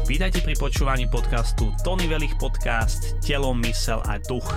Vítajte pri počúvaní podcastu Tony Velich Podcast Telo, mysel a duch.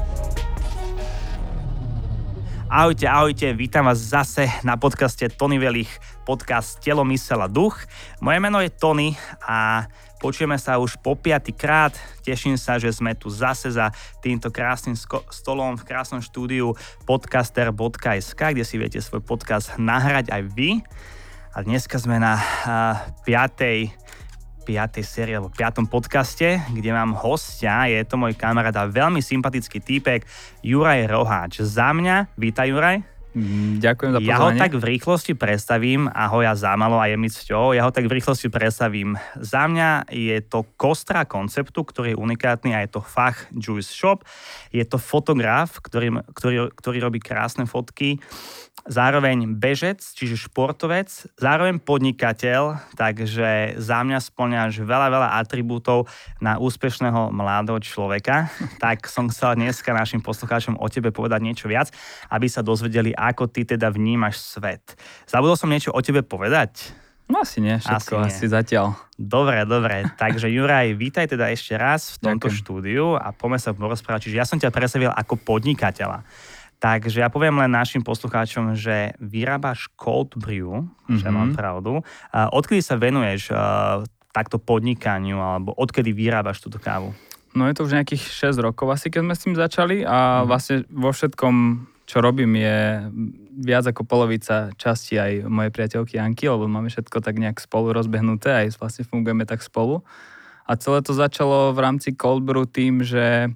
Ahojte, vítam vás zase na podcaste Tony Velich Podcast Telo, mysel a duch. Moje meno je Tony a počujeme sa už po 5. krát. Teším sa, že sme tu zase za týmto krásnym stolom v krásnom štúdiu podcaster.sk, kde si viete svoj podcast nahrať aj vy. A dneska sme na 5. sérii, alebo 5. podcaste, kde mám hostia, je to môj kamarát a veľmi sympatický týpek Juraj Roháč. Za mňa, vítaj Juraj. Ďakujem za pozvanie. Ja ho tak v rýchlosti predstavím, ahoj a zámalo a je mi cťou, ja ho tak v rýchlosti predstavím. Za mňa je to kostra konceptu, ktorý je unikátny a je to Fach Juice Shop. Je to fotograf, ktorý robí krásne fotky. Zároveň bežec, čiže športovec, zároveň podnikateľ, takže za mňa spĺňaš veľa atribútov na úspešného mladého človeka. Tak som chcel dneska našim poslucháčom o tebe povedať niečo viac, aby sa dozvedeli, ako ty teda vnímaš svet. Zabudol som niečo o tebe povedať? No asi nie, všetko asi zatiaľ. Dobre, takže Juraj, vítaj teda ešte raz v tomto štúdiu a poďme sa porozprávať. Čiže ja som ťa predstavil ako podnikateľa. Takže ja poviem len našim poslucháčom, že vyrábaš cold brew, že mám pravdu. Odkedy sa venuješ takto podnikaniu, alebo odkedy vyrábaš túto kávu? No je to už nejakých 6 rokov asi, keď sme s tým začali a vlastne vo všetkom, čo robím, je viac ako polovica časti aj mojej priateľky Janky, lebo máme všetko tak nejak spolu rozbehnuté, aj vlastne fungujeme tak spolu. A celé to začalo v rámci cold brew tým, že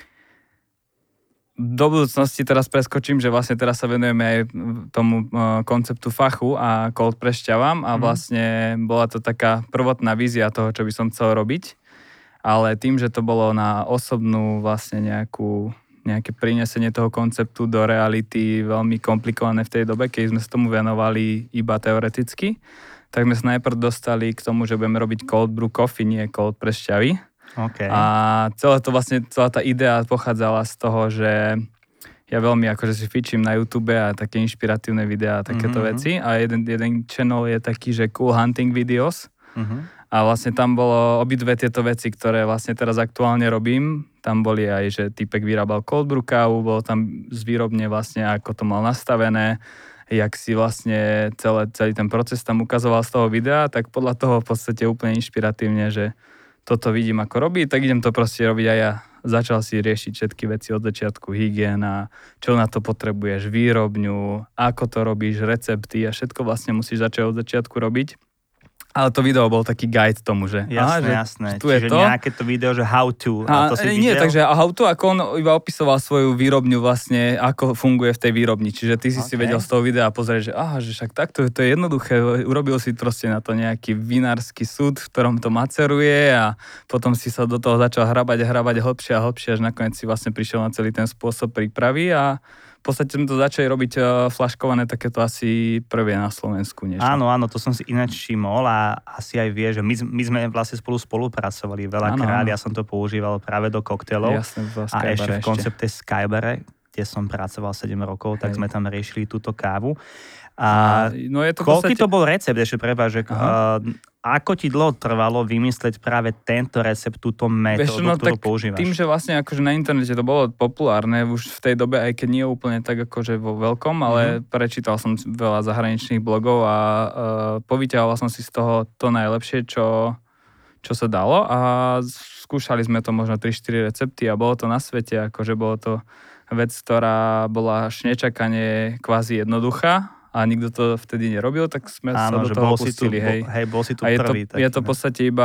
do budúcnosti teraz preskočím, že vlastne teraz sa venujeme aj tomu konceptu fachu a cold prešťavám a vlastne bola to taká prvotná vízia toho, čo by som chcel robiť, ale tým, že to bolo na osobnú vlastne nejaké prinesenie toho konceptu do reality veľmi komplikované v tej dobe, keď sme sa tomu venovali iba teoreticky, tak sme sa najprv dostali k tomu, že budeme robiť cold brew coffee, nie cold prešťavy. Okay. A celá tá idea pochádzala z toho, že ja veľmi akože si fičím na YouTube a také inšpiratívne videá a takéto veci a jeden channel je taký, že Cool Hunting Videos a vlastne tam bolo obidve tieto veci, ktoré vlastne teraz aktuálne robím. Tam boli aj, že týpek vyrábal cold brew kávu, bol tam z výrobne vlastne ako to mal nastavené, jak si vlastne celý ten proces tam ukazoval z toho videa, tak podľa toho v podstate úplne inšpiratívne, že toto vidím ako robí, tak idem to proste robiť aj ja. Začal si riešiť všetky veci od začiatku, hygiena, čo na to potrebuješ, výrobňu, ako to robíš, recepty a všetko vlastne musíš začať od začiatku robiť. Ale to video bol taký guide tomu, že... Jasné. Čiže nejaké to video, že how to. A to si nie, videl? takže how to, ako on iba opisoval svoju výrobňu vlastne, ako funguje v tej výrobni. Čiže ty si vedel z toho videa pozrieť, že že však takto to je jednoduché. Urobil si proste na to nejaký vinársky súd, v ktorom to maceruje a potom si sa do toho začal hrabať hlbšie a hlbšie, až nakoniec si vlastne prišiel na celý ten spôsob prípravy a v podstate sme to začali robiť flaškované, takéto asi prvé na Slovensku. Niečo. Áno, to som si ináč všimol a asi aj vie, že my sme vlastne spolupracovali veľakrát. Ja som to používal práve do koktelov. A ešte v koncepte Skybere, kde som pracoval 7 rokov, tak sme tam riešili túto kávu. Koľký to bol recept, ešte prepáč, že ako ti dlho trvalo vymysleť práve tento recept, túto metódu, ktorú používaš? Tým, že vlastne akože na internete to bolo populárne už v tej dobe, aj keď nie úplne tak akože vo veľkom, ale prečítal som veľa zahraničných blogov a povyťahoval som si z toho to najlepšie, čo sa dalo a skúšali sme to možno 3-4 recepty a bolo to na svete, akože bolo to vec, ktorá bola až nečakane kvázi jednoduchá a nikto to vtedy nerobil, tak sme sa do toho pustili. Bol si tu prvý. Je to v podstate iba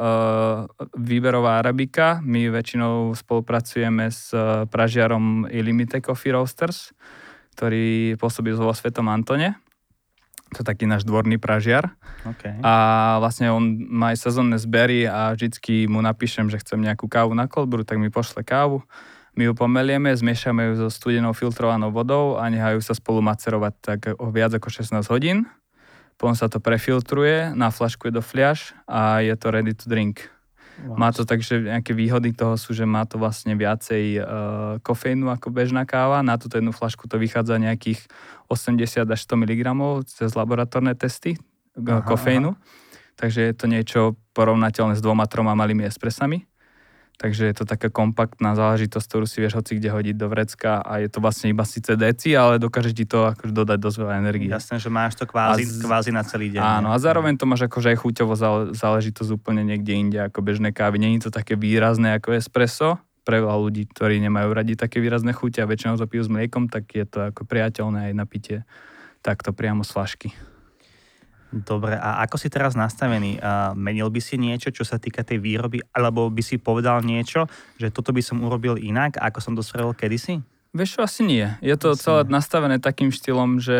výberová arabika. My väčšinou spolupracujeme s pražiarom Illimite Coffee Roasters, ktorý pôsobí vo Svetom Antone. To je taký náš dvorný pražiar. Okay. A vlastne on má aj sezónne zbery a vždycky mu napíšem, že chcem nejakú kávu na cold brew, tak mi pošle kávu. My ju pomelieme, zmiešame ju so studenou filtrovanou vodou a nechajú sa spolu macerovať tak viac ako 16 hodín. Potom sa to prefiltruje, naflaškuje do fľaš a je to ready to drink. Wow. Má to tak, že nejaké výhody toho sú, že má to vlastne viacej kofeínu ako bežná káva. Na túto jednu flašku to vychádza nejakých 80 až 100 mg cez laboratórne testy kofeínu. takže je to niečo porovnateľné s 2-3 malými espresami. Takže je to taká kompaktná záležitosť, ktorú si vieš hoci kde hodiť do vrecka a je to vlastne iba síce deci, ale dokáže ti to akože dodať dosť veľa energie. Jasné, že máš to kvázi na celý deň. Áno, a zároveň to máš akože aj chuťovo záležitosť úplne niekde inde ako bežné kávy. Není to také výrazné ako espresso. Pre veľa ľudí, ktorí nemajú radi také výrazné chute a väčšinou to pijú s mliekom, tak je to ako priateľné aj na pitie takto priamo z fľašky. Dobre, a ako si teraz nastavený? Menil by si niečo, čo sa týka tej výroby, alebo by si povedal niečo, že toto by som urobil inak, ako som to spravil kedysi? Vieš čo, asi nie. Je to celé nastavené takým štýlom, že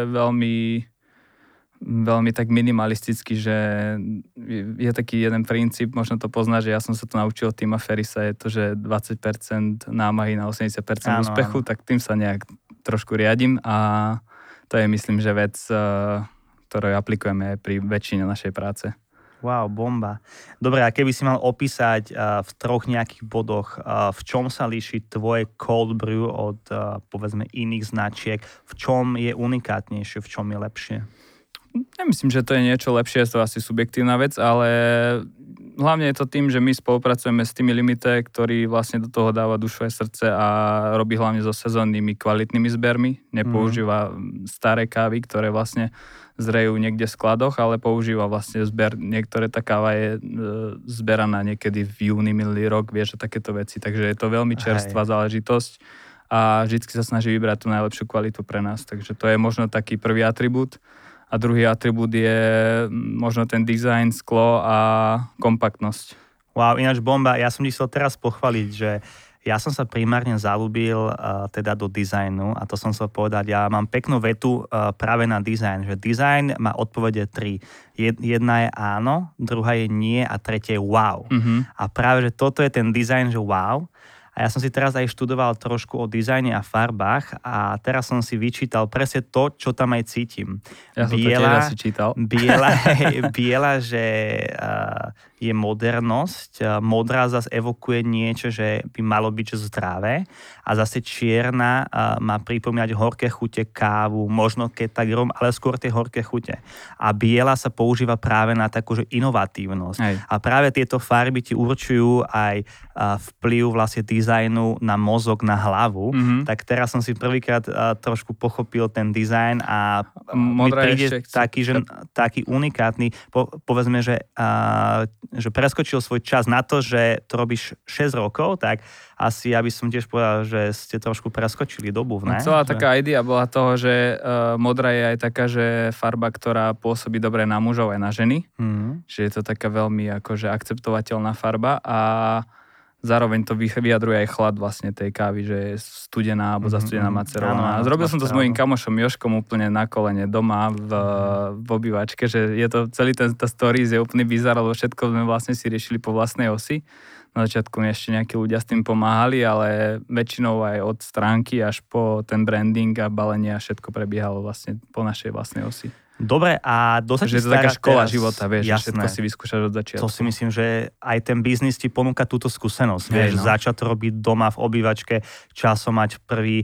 veľmi tak minimalisticky, že je taký jeden princíp, možno to poznáš, že ja som sa to naučil od Tima Ferrisa, je to, že 20% námahy na 80% úspechu, tak tým sa nejak trošku riadím a to je, myslím, že vec, ktorú aplikujeme pri väčšine našej práce. Wow, bomba. Dobre, a keby si mal opísať v 3 nejakých bodoch, v čom sa líši tvoje cold brew od, povedzme, iných značiek, v čom je unikátnejšie, v čom je lepšie? Nemyslím, že to je niečo lepšie, je to asi subjektívna vec, ale hlavne je to tým, že my spolupracujeme s tými Limité, ktorí vlastne do toho dáva dušu aj srdce a robí hlavne so sezónnymi kvalitnými zbermi. Nepoužíva staré kávy, ktoré vlastne zrejú niekde v skladoch, ale používa vlastne zber. Niektoré tá káva je zberaná niekedy v júni minulý rok, vieš, a takéto veci. Takže je to veľmi čerstvá záležitosť a vždycky sa snaží vybrať tú najlepšiu kvalitu pre nás. Takže to je možno taký prvý atribút. A druhý atribút je možno ten dizajn, sklo a kompaktnosť. Wow, ináč bomba. Ja som ti chcel teraz pochváliť, že ja som sa primárne zalúbil teda do dizajnu a to som chcel povedať. Ja mám peknú vetu práve na dizajn, že dizajn má odpovede 3. Jedna je áno, druhá je nie a tretia je wow. A práve, že toto je ten dizajn, že wow. A ja som si teraz aj študoval trošku o dizajne a farbách a teraz som si vyčítal presne to, čo tam aj cítim. Ja som to tiež asi čítal. Biela, že je modernosť, modrá zase evokuje niečo, že by malo byť zdravé a zase čierna má pripomínať horké chute, kávu, možno keď tak rom, ale skôr tie horké chute. A biela sa používa práve na takú že inovatívnosť. Hej. A práve tieto farby ti určujú aj vplyv vlastne dizajnu na mozog, na hlavu. Tak teraz som si prvýkrát trošku pochopil ten dizajn a mi príde taký unikátny. Povedzme, že preskočil svoj čas na to, že to robíš 6 rokov, tak asi ja by som tiež povedal, že ste trošku preskočili dobu, ne? Celá taká idea bola toho, že modrá je aj taká, že farba, ktorá pôsobí dobre na mužov aj na ženy. Že je to taká veľmi akože akceptovateľná farba a zároveň to vyjadruje aj chlad vlastne tej kávy, že je studená alebo zastudená macerovaná. Zrobil som to s mojím kamošom Jožkom úplne na kolene doma v obývačke, že je to celý tá story je úplný bizar, lebo všetko sme vlastne si riešili po vlastnej osi. Na začiatku mi ešte nejakí ľudia s tým pomáhali, ale väčšinou aj od stránky až po ten branding a balenie a všetko prebiehalo vlastne po našej vlastnej osi. Dobre, a dosť je to taká škola života, vieš, že všetko si vyskúšaš od začiatku. To si myslím, že aj ten biznis ti ponúka túto skúsenosť, vieš, začať to robiť doma v obývačke, časom mať prvý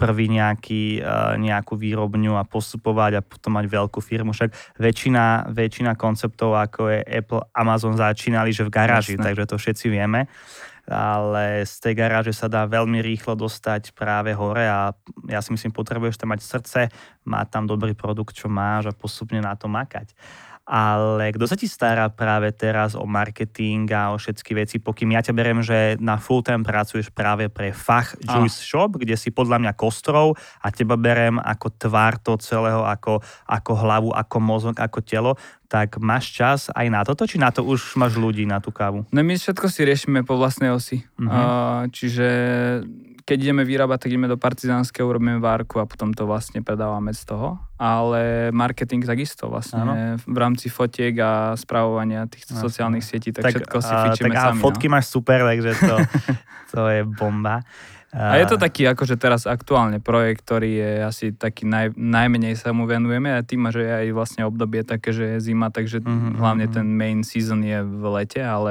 nejakú výrobňu a postupovať a potom mať veľkú firmu. Však väčšina konceptov, ako je Apple, Amazon, začínali, že v garáži, takže to všetci vieme. Ale z tej garáže sa dá veľmi rýchlo dostať práve hore a ja si myslím, potrebuješ tam mať srdce, mať tam dobrý produkt, čo máš a postupne na to makať. Ale kto sa ti stará práve teraz o marketing a o všetky veci, pokým ja ťa beriem, že na full time pracuješ práve pre Fach Juice Shop, kde si podľa mňa kostrou a teba beriem ako tvár toho celého, ako hlavu, ako mozog, ako telo, tak máš čas aj na toto, či na to už máš ľudí na tú kávu? No my všetko si riešime po vlastnej osi. Čiže keď ideme vyrábať, tak ideme do Partizánskej, urobíme várku a potom to vlastne predávame z toho. Ale marketing takisto vlastne v rámci fotiek a správovania týchto sociálnych sietí, tak všetko si fičíme sami. Fotky máš super, takže to je bomba. A je to taký akože teraz aktuálne projekt, ktorý je asi taký najmenej sa mu venujeme a tým, že je aj vlastne obdobie také, že je zima, takže hlavne ten main season je v lete, ale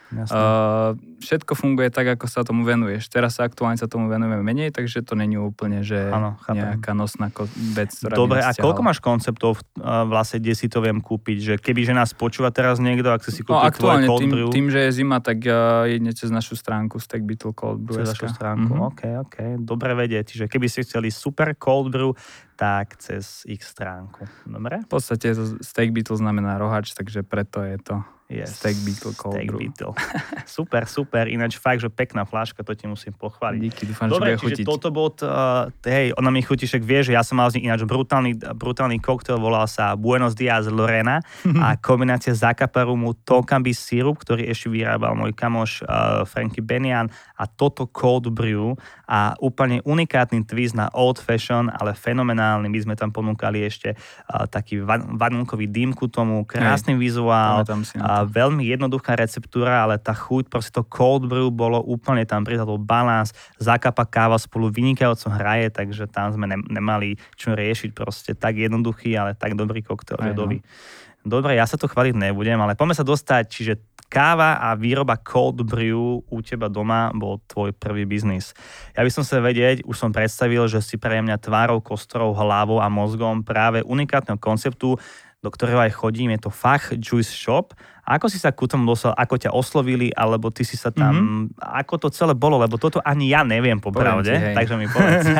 Všetko funguje tak, ako sa tomu venuješ. Teraz sa aktuálne sa tomu venujeme menej, takže to není úplne, že nejaká nosná vec, ktorá Dobre, by a koľko máš konceptov vlastne, kde si to viem kúpiť? Že keby nás počúva teraz niekto, ak si kúpiť tvoj cold brew? Tým, že je zima, tak jedne cez našu stránku Stag Beetle Cold Brew. Cez našu stránku, OK. Dobre vedieť. Čiže keby ste chceli super cold brew, tak cez ich stránku. Dobre? V podstate Stag Beetle znamená rohač, takže preto je to Stag Beetle Cold Brew. Super. Ináč fakt, že pekná fľaška, to ti musím pochváliť. Díky, dúfam, dobre, že bude chutiť. Dobre, čiže toto bol, ona mi chutí, však vie, že ja som mal z nich ináč brutálny koktail, volal sa Buenos Dias Lorena a kombinácia Zakaparumu, Tokambi sírup, ktorý ešte vyrábal môj kamoš Franky Benian a toto cold brew a úplne unikátny twist na old fashion, ale fenomenálny. My sme tam ponúkali ešte taký vanilkový dým ku tomu, krásny vizuál. Veľmi jednoduchá receptúra, ale tá chuť, proste to cold brew bolo úplne tam pridal balans, Zakapa káva spolu vynikajúco hraje, takže tam sme nemali čo riešiť, proste tak jednoduchý, ale tak dobrý koktail ľadový. Dobre, ja sa to chváliť nebudem, ale poďme sa dostať, čiže káva a výroba cold brew u teba doma bol tvoj prvý biznis. Ja by som sa vedieť, už som predstavil, že si pre mňa tvárou, kostrou, hlavou a mozgom práve unikátneho konceptu, do ktorého aj chodím, je to Fach Juice Shop. A ako si sa ku tomu dostal, ako ťa oslovili, alebo ty si sa tam, ako to celé bolo, lebo toto ani ja neviem popravde, takže mi povedz.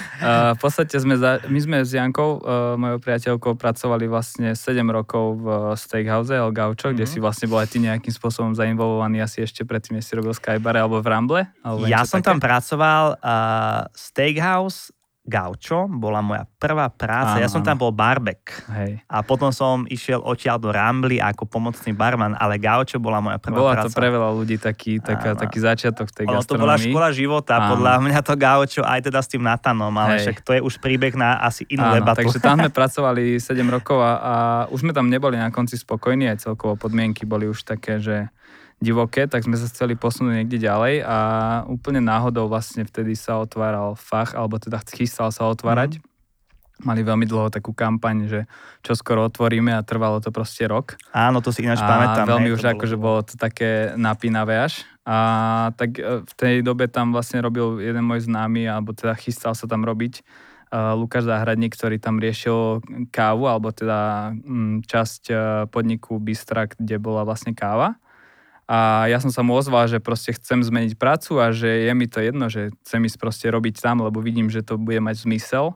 V podstate my sme s Jankou, mojou priateľkou, pracovali vlastne 7 rokov v Steakhouse El Gaucho, kde si vlastne bol aj ty nejakým spôsobom zainvolvovaný, asi ešte predtým, než si robil Skybare alebo v Ramble. Ja som tam pracoval Steakhouse Gaucho bola moja prvá práca. Ja som tam bol barbek. A potom som išiel odtiaľ do Rambly ako pomocný barman, ale Gaucho bola moja prvá práca. Bola to pre veľa ľudí taký začiatok tej gastronomii. To bola škola života, podľa mňa to Gaucho, aj teda s tým Natanom, ale však to je už príbeh na asi inú debatu. Takže tam sme pracovali 7 rokov a už sme tam neboli na konci spokojní, aj celkovo podmienky boli už také, že divoké, tak sme sa chceli posunúť niekde ďalej a úplne náhodou vlastne vtedy sa otváral Fach, alebo teda chystal sa otvárať. Mali veľmi dlho takú kampaň, že čo skoro otvoríme a trvalo to proste rok. Áno, to si ináč pamätám. A veľmi už akože bolo to také napínavé až. A tak v tej dobe tam vlastne robil jeden môj známy, alebo teda chystal sa tam robiť Lukáš Záhradník, ktorý tam riešil kávu, alebo teda časť podniku Bystra, kde bola vlastne káva. A ja som sa mu ozval, že proste chcem zmeniť prácu a že je mi to jedno, že chcem ísť proste robiť tam, lebo vidím, že to bude mať zmysel.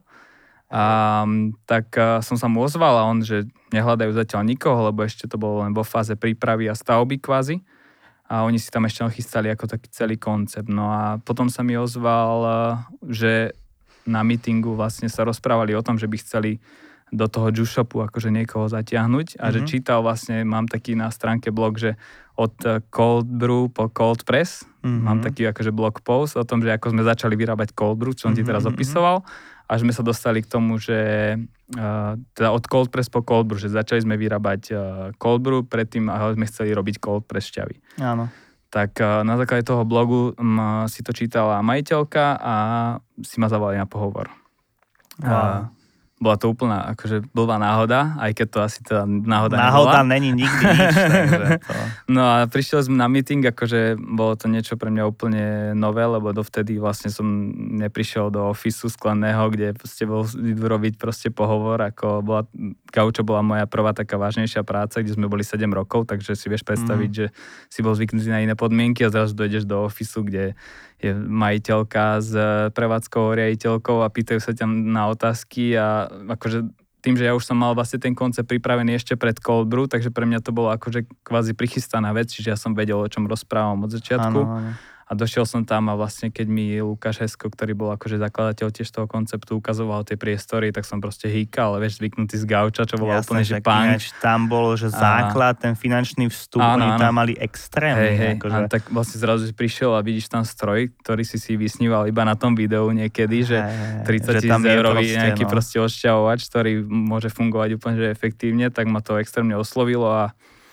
Tak som sa mu ozval a on, že nehľadajú zatiaľ nikoho, lebo ešte to bolo len vo fáze prípravy a stavby kvázi. A oni si tam ešte chystali ako taký celý koncept. No a potom sa mi ozval, že na meetingu vlastne sa rozprávali o tom, že by chceli do toho juice shopu akože niekoho zatiahnuť a že čítal vlastne, mám taký na stránke blog, že od cold brew po cold press, mám taký akože blog post o tom, že ako sme začali vyrábať cold brew, čo som ti teraz opisoval, a že sme sa dostali k tomu, že teda od cold press po cold brew, že začali sme vyrábať cold brew, predtým sme chceli robiť cold press šťavy. Áno. Tak na základe toho blogu si to čítala majiteľka a si ma zavolali na pohovor. Wow. Bola to úplná akože blbá náhoda, aj keď to asi teda náhoda nebola. Náhoda není nikdy nič. Takže to... No a prišiel sme na meeting, akože bolo to niečo pre mňa úplne nové, lebo dovtedy vlastne som neprišiel do ofisu skleného, kde ste bol robiť proste pohovor, ako Gaucho bola moja prvá taká vážnejšia práca, kde sme boli 7 rokov, takže si vieš predstaviť, že si bol zvyknutý na iné podmienky a zrazu dojdeš do ofisu, kde je majiteľka s prevádzkovou riaditeľkou a pýtajú sa ťa na otázky a akože tým, že ja už som mal vlastne ten koncept pripravený ešte pred cold brew, takže pre mňa to bolo akože kvázi prichystaná vec, čiže ja som vedel, o čom rozprávam od začiatku. Áno. A došiel som tam a vlastne keď mi Lukáš Hesko, ktorý bol akože zakladateľ tiež toho konceptu, ukazoval tie priestory, tak som proste hýkal, vieš, zvyknutý z Gauča, čo bolo úplne, že punk. Tam bolo, že základ, ten finančný vstup, oni tam mali extrémne. Akože... A tak vlastne zrazu prišiel a vidíš tam stroj, ktorý si vysníval iba na tom videu niekedy, že 30 000 eurový nejaký proste odšťavovač, ktorý môže fungovať úplne že efektívne, tak ma to extrémne oslovilo a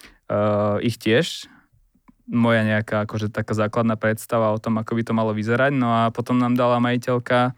ich tiež. Moja nejaká akože taká základná predstava o tom, ako by to malo vyzerať. No a potom nám dala majiteľka,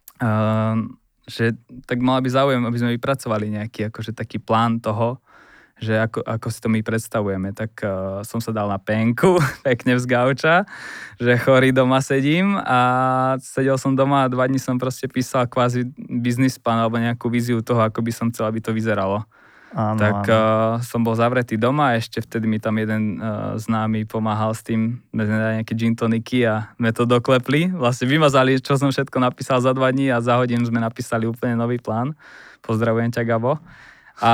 že tak mala by záujem, aby sme vypracovali nejaký akože taký plán toho, že ako si to my predstavujeme, tak som sa dal na penku, pekne z gauča, že chorý doma sedím a sedel som doma a 2 dní som proste písal kvázi business plan alebo nejakú víziu toho, ako by som chcel, aby to vyzeralo. Áno, tak som bol zavretý doma a ešte vtedy mi tam jeden známy pomáhal s tým, nejaké gin toniky a sme to doklepli. Vlastne vymazali, čo som všetko napísal za 2 dní a za hodinu sme napísali úplne nový plán. Pozdravujem ťa, Gabo. A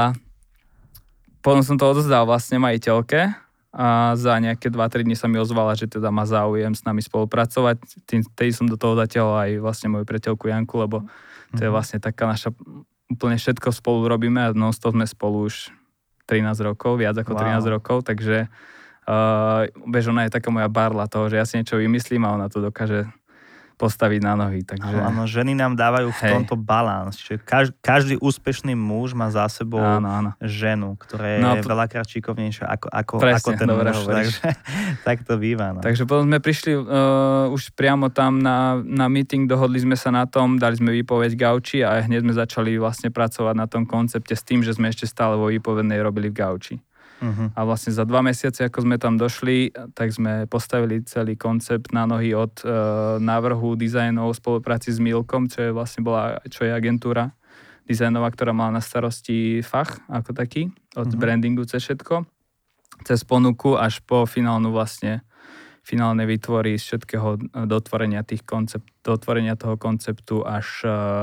potom som to odozdal vlastne majiteľke a za nejaké 2-3 dní sa mi ozvala, že teda má záujem s nami spolupracovať. Tej som do toho zatiaľ aj vlastne moju priateľku Janku, lebo to je vlastne taká naša, úplne všetko spolu robíme a non-stop sme spolu už 13 rokov, viac ako 13 rokov, takže ona je taká moja barla toho, že ja si niečo vymyslím a ona to dokáže postaviť na nohy. Takže... Áno, ženy nám dávajú v tomto balans. Čiže každý úspešný muž má za sebou ženu, ktorá je veľakrát šikovnejšia ako ten muž. Takže tak to býva. No. Takže potom sme prišli už priamo tam na meeting, dohodli sme sa na tom, dali sme výpoveď gauči a hneď sme začali vlastne pracovať na tom koncepte s tým, že sme ešte stále vo výpovednej robili v gauči. A vlastne za 2 mesiace, ako sme tam došli, tak sme postavili celý koncept na nohy od návrhu dizajnov v spolupráci s Milkom, čo je agentúra dizajnová, ktorá mala na starosti fach ako taký, od brandingu cez všetko, cez ponuku až po finálne výtvory z všetkého dotvorenia toho konceptu až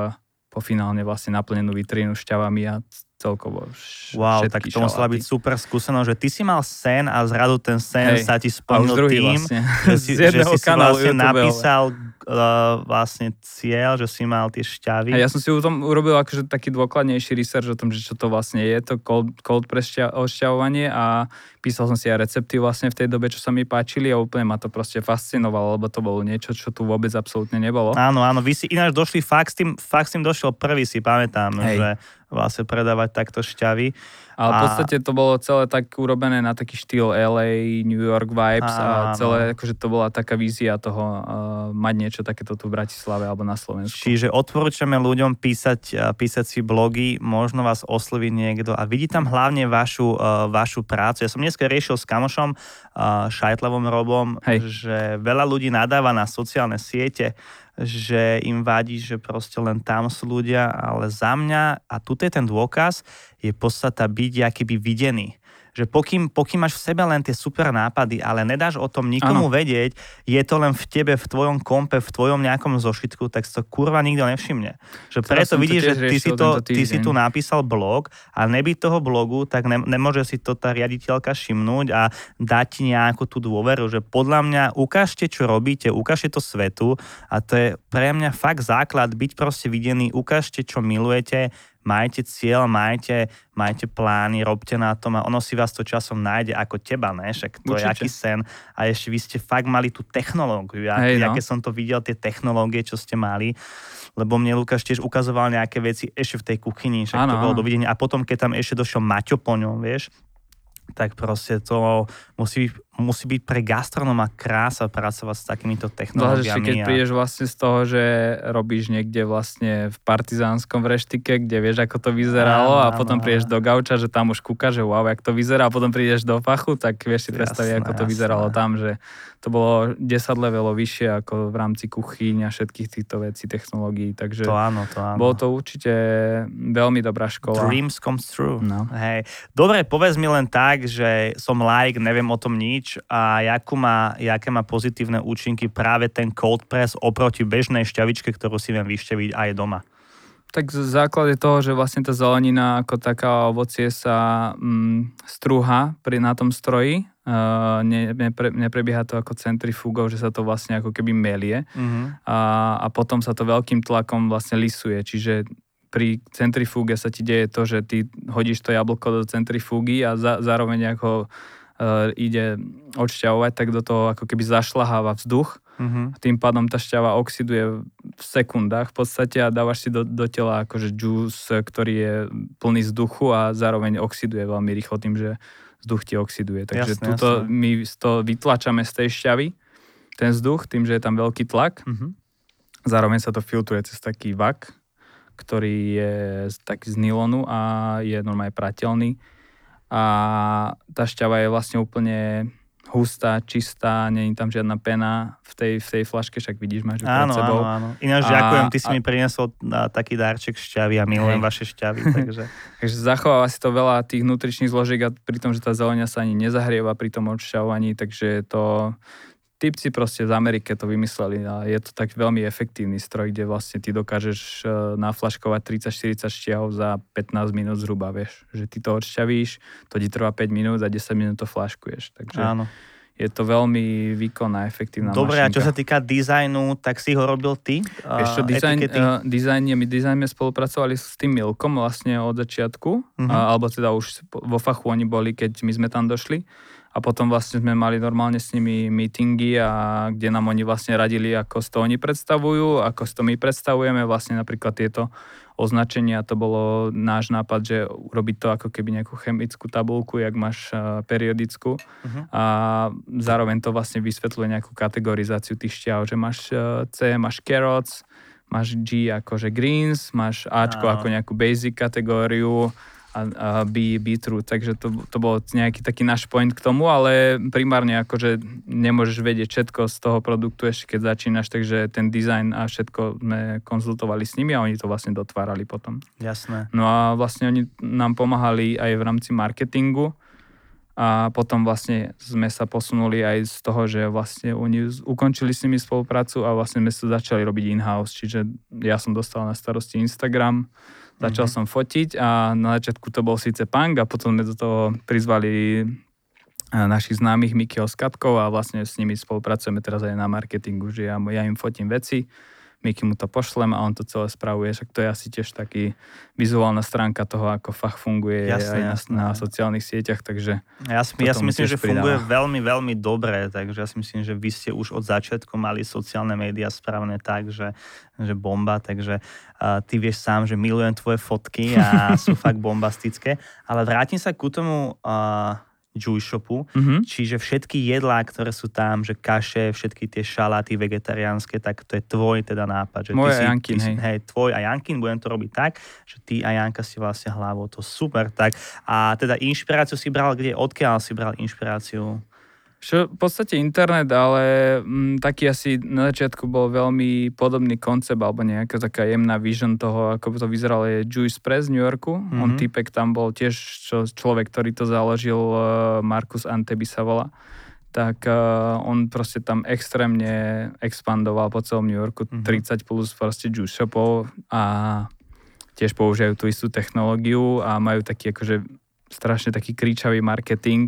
po finálne vlastne naplnenú vitrínu šťavami a celkovo wow, tak to musela byť super skúsenosť, že ty si mal sen a zrazu ten sen sa ti splnil tým, vlastne. že si vlastne napísal vlastne cieľ, že si mal tie šťavy. Ja som si urobil akože taký dôkladnejší research o tom, že čo to vlastne je, to cold press odšťavovanie a písal som si aj recepty vlastne v tej dobe, čo sa mi páčili a úplne ma to proste fascinovalo, lebo to bolo niečo, čo tu vôbec absolútne nebolo. Áno, vy si ináč došli, fakt s tým došiel prvý, si pamätám, že vlastne predávať takto šťavy. Ale v podstate to bolo celé tak urobené na taký štýl LA, New York vibes a celé, akože to bola taká vízia toho mať niečo takéto tu v Bratislave alebo na Slovensku. Čiže odporúčame ľuďom písať si blogy, možno vás osloví niekto a vidí tam hlavne vašu prácu. Ja som dneska riešil s kamošom Šajtlovom Robom, že veľa ľudí nadáva na sociálne siete, že im vadí, že proste len tam sú ľudia, ale za mňa, a tu je ten dôkaz, je podstata byť akýby videný. Že pokým máš v sebe len tie super nápady, ale nedáš o tom nikomu vedieť, je to len v tebe, v tvojom kompe, v tvojom nejakom zošitku, tak to kurva nikto nevšimne. Že preto vidíš, že ty si tu napísal blog a nebyť toho blogu, tak nemôže si to tá riaditeľka všimnúť a dať ti nejakú tú dôveru, že podľa mňa ukážte, čo robíte, ukážte to svetu a to je pre mňa fakt základ, byť proste videný, ukážte, čo milujete, majte cieľ, majte plány, robte na tom a ono si vás to časom nájde ako teba, ne? Však to je aký sen. A ešte vy ste fakt mali tú technológiu. Aké som to videl, tie technológie, čo ste mali. Lebo mne Lukáš tiež ukazoval nejaké veci ešte v tej kuchyni, však to bolo dovidenie. A potom, keď tam ešte došiel Maťo po ňom, vieš, tak proste to musí byť pre gastronóma krása pracovať s takýmito technológiami. Zvlášť, keď prídeš vlastne z toho, že robíš niekde vlastne v partizánskom reštike, kde vieš, ako to vyzeralo a potom prídeš do gauča, že tam už kúka, že wow, jak to vyzerá a potom prídeš do fachu, tak vieš si predstaviť, ako to vyzeralo tam, že to bolo 10 levelov vyššie ako v rámci kuchyň a všetkých týchto vecí, technológií, takže to áno. Bolo to určite veľmi dobrá škola. Dreams comes true. No. Hej. Dobre, povedz mi len tak, že som laik, neviem o tom nič a jaké má pozitívne účinky práve ten cold press oproti bežnej šťavičke, ktorú si viem vyšťaviť aj doma. Tak v základe toho, že vlastne tá zelenina ako taká ovocie sa strúha na tom stroji, neprebieha to ako centrifúgou, že sa to vlastne ako keby melie a potom sa to veľkým tlakom vlastne lisuje, čiže pri centrifúge sa ti deje to, že ty hodíš to jablko do centrifúgy a zároveň ako ide odšťavovať, tak do toho ako keby zašľaháva vzduch. Tým pádom tá šťava oxiduje v sekundách v podstate a dávaš si do tela akože juice, ktorý je plný vzduchu a zároveň oxiduje veľmi rýchlo tým, že vzduch ti oxiduje. Takže tuto my to vytlačame z tej šťavy, ten vzduch, tým, že je tam veľký tlak. Zároveň sa to filtruje cez taký vak, ktorý je taký z nylonu a je normálne prateľný. a tá šťava je vlastne úplne hustá, čistá, nie je tam žiadna pena v tej flaške, však vidíš, máš ju pred sebou. Áno. Ináč ďakujem, ty si mi priniesol taký darček šťavy a milujem vaše šťavy, takže... Takže zachováva si to veľa tých nutričných zložiek a pri tom, že tá zeleňa sa ani nezahrieva pri tom odšťavovaní, takže to... Typci proste z Amerike to vymysleli a je to tak veľmi efektívny stroj, kde vlastne ty dokážeš naflaškovať 30-40 šťavov za 15 minút zhruba, vieš. Že ty to odšťavíš, to ti trvá 5 minút a 10 minút to flaškuješ. Takže áno. Je to veľmi výkonná, efektívna Dobre, mašinka. A čo sa týka dizajnu, tak si ho robil ty? Ešte my dizajne spolupracovali s tým Milkom vlastne od začiatku, alebo teda už vo fachu oni boli, keď my sme tam došli. A potom vlastne sme mali normálne s nimi meetingy, a kde nám oni vlastne radili, ako si to oni predstavujú, ako si to my predstavujeme. Vlastne napríklad tieto označenia, to bolo náš nápad, že urobiť to ako keby nejakú chemickú tabuľku, jak máš periodickú. A zároveň to vlastne vysvetľuje nejakú kategorizáciu tých šťav, že máš C, máš carrots, máš G akože greens, máš Ačko ako nejakú basic kategóriu, a beetroot, takže to bol nejaký taký náš point k tomu, ale primárne akože nemôžeš vedieť všetko z toho produktu ešte keď začínaš, takže ten dizajn a všetko sme konzultovali s nimi a oni to vlastne dotvárali potom. Jasné. No a vlastne oni nám pomáhali aj v rámci marketingu a potom vlastne sme sa posunuli aj z toho, že vlastne oni ukončili s nimi spoluprácu a vlastne sme sa začali robiť in-house, čiže ja som dostal na starosti Instagram. Začal som fotiť a na začiatku to bol síce punk a potom sme do toho prizvali našich známych Mikyho s Katkou a vlastne s nimi spolupracujeme teraz aj na marketingu, že ja im fotím veci, Miky mu to pošlem a on to celé spravuje, však to je asi tiež taký vizuálna stránka toho, ako fach funguje jasné. Na sociálnych sieťach, takže... Ja si myslím, že funguje veľmi, veľmi dobre, takže ja si myslím, že vy ste už od začiatku mali sociálne médiá spravené tak, že bomba, takže ty vieš sám, že milujem tvoje fotky a sú fakt bombastické, ale vrátim sa ku tomu Juice Shopu, čiže všetky jedlá, ktoré sú tam, že kaše, všetky tie šaláty vegetariánske, tak to je tvoj teda nápad. Že môj a Jankin, hej. Tvoj a Jankin, budem to robiť tak, že ty a Janka si vlastne hlavou, to super, tak. A teda inšpiráciu si bral kde? Odkiaľ si bral inšpiráciu? V podstate internet, ale taký asi na začiatku bol veľmi podobný koncept alebo nejaká taká jemná vision toho, ako to vyzeralo, je Juice Press v New Yorku. On typek tam bol tiež človek, ktorý to založil, Marcus Anteby sa volá. Tak on proste tam extrémne expandoval po celom New Yorku, 30 plus proste juice shopov a tiež používajú tú istú technológiu a majú taký akože strašne taký kríčavý marketing,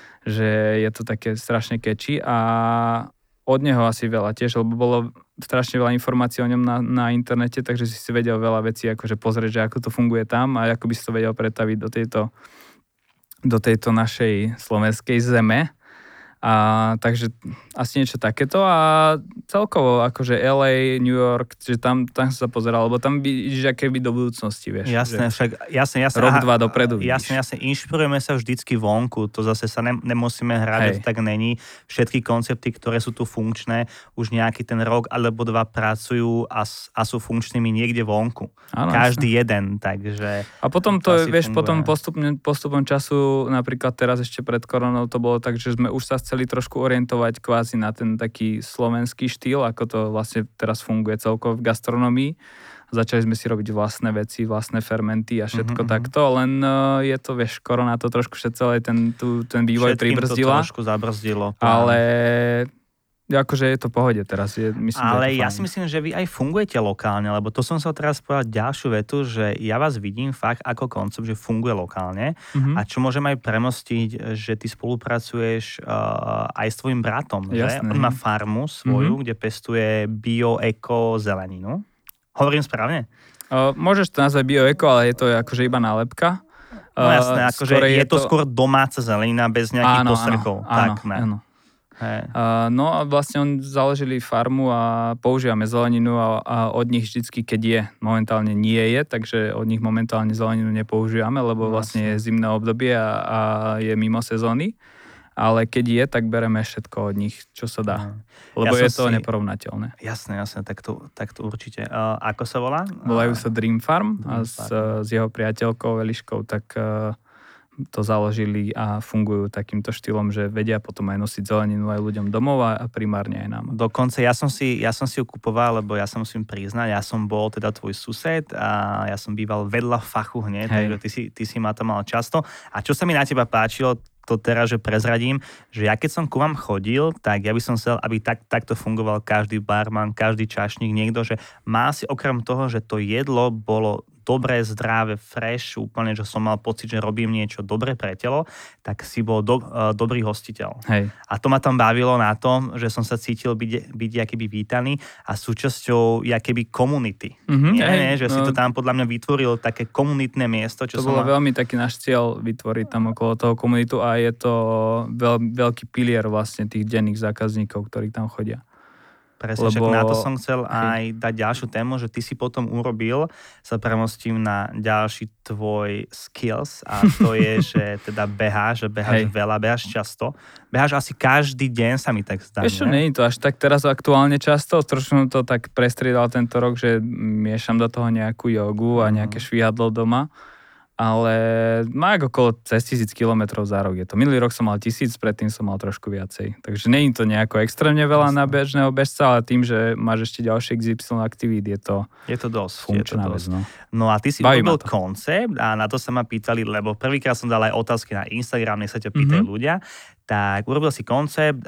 že je to také strašne catchy a od neho asi veľa tiež, lebo bolo strašne veľa informácií o ňom na internete, takže si vedel veľa vecí akože pozrieť, že ako to funguje tam a ako by si to vedel pretaviť do tejto našej slovenskej zeme. A takže asi niečo takéto a celkovo akože LA, New York, že tam sa pozeral, lebo tam vidíš aké by do budúcnosti, vieš. Jasné, však jasné. Rok, dva dopredu. Jasné, inšpirujeme sa vždycky vonku, to zase sa nemusíme hrať, tak není. Všetky koncepty, ktoré sú tu funkčné, už nejaký ten rok alebo dva pracujú a sú funkčnými niekde vonku. Áno, každý jeden, takže... A potom to vieš, potom postupom času, napríklad teraz ešte pred koronou to bolo tak, že sme už sa chceli trošku orientovať kvázi na ten taký slovenský štýl, ako to vlastne teraz funguje celkovo v gastronomii. Začali sme si robiť vlastné veci, vlastné fermenty a všetko takto, len je to, vieš, korona to trošku celé ten vývoj pribrzdila. Všetkým to trošku zabrzdilo. Ale akože je to v pohode teraz. Ale ja si myslím, že vy aj fungujete lokálne, lebo to som sa teraz povedať ďalšiu vetu, že ja vás vidím fakt ako koncept, že funguje lokálne a čo môžem aj premostiť, že ty spolupracuješ aj s tvojim bratom, že? On má farmu svoju, kde pestuje bio-eko zeleninu. Hovorím správne? Môžeš to nazvať bio-eko, ale je to akože iba nálepka. No jasné, akože je to skôr domáca zelenina bez nejakých postrchov. Áno. No a vlastne on založili farmu a používame zeleninu a od nich vždycky, keď je, momentálne nie je, takže od nich momentálne zeleninu nepoužívame, lebo vlastne je zimné obdobie a je mimo sezóny. Ale keď je, tak bereme všetko od nich, čo sa dá. Lebo je to neporovnateľné. Jasné, tak to určite. Ako sa volá? Volajú sa Dream Farm a s jeho priateľkou Eliškou, tak to založili a fungujú takýmto štýlom, že vedia potom aj nosiť zeleninu aj ľuďom domov a primárne aj nám. Dokonca ja som si ju kupoval, lebo ja sa musím priznať, ja som bol teda tvoj sused a ja som býval vedľa fachu hneď, takže ty si ma tam mal často. A čo sa mi na teba páčilo, to teraz, že prezradím, že ja keď som ku vám chodil, tak ja by som chcel, aby takto fungoval každý barman, každý čašník, niekto, že má si okrem toho, že to jedlo bolo dobré, zdravé, fresh, úplne, že som mal pocit, že robím niečo dobré pre telo, tak si bol dobrý hostiteľ. Hej. A to ma tam bavilo na tom, že som sa cítil byť akýby vítaný a súčasťou akýby komunity. Že si to tam podľa mňa vytvoril také komunitné miesto. Čo to bolo veľmi taký náš cieľ vytvoriť tam okolo toho komunitu a je to veľký pilier vlastne tých denných zákazníkov, ktorí tam chodia. Presne, však na to som chcel aj dať ďalšiu tému, že ty si potom urobil, sa premostím na ďalší tvoj skills a to je, že teda beháš veľa, beháš často. Beháš asi každý deň, sa mi tak zdá. Vieš čo, nie je to až tak teraz aktuálne často, trošku to tak prestriedal tento rok, že miešam do toho nejakú jogu a nejaké švihadlo doma. Ale má okolo cez 1000 km za rok je to. Minulý rok som mal 1000, predtým som mal trošku viacej. Takže nie je to nejako extrémne veľa na bežného bežca, ale tým, že máš ešte ďalšie XY aktivít, je to dosť funkčná vec. No a ty si urobil koncept a na to sa ma pýtali, lebo prvýkrát som dal aj otázky na Instagram, nech sa ťa pýtajú ľudia, tak urobil si koncept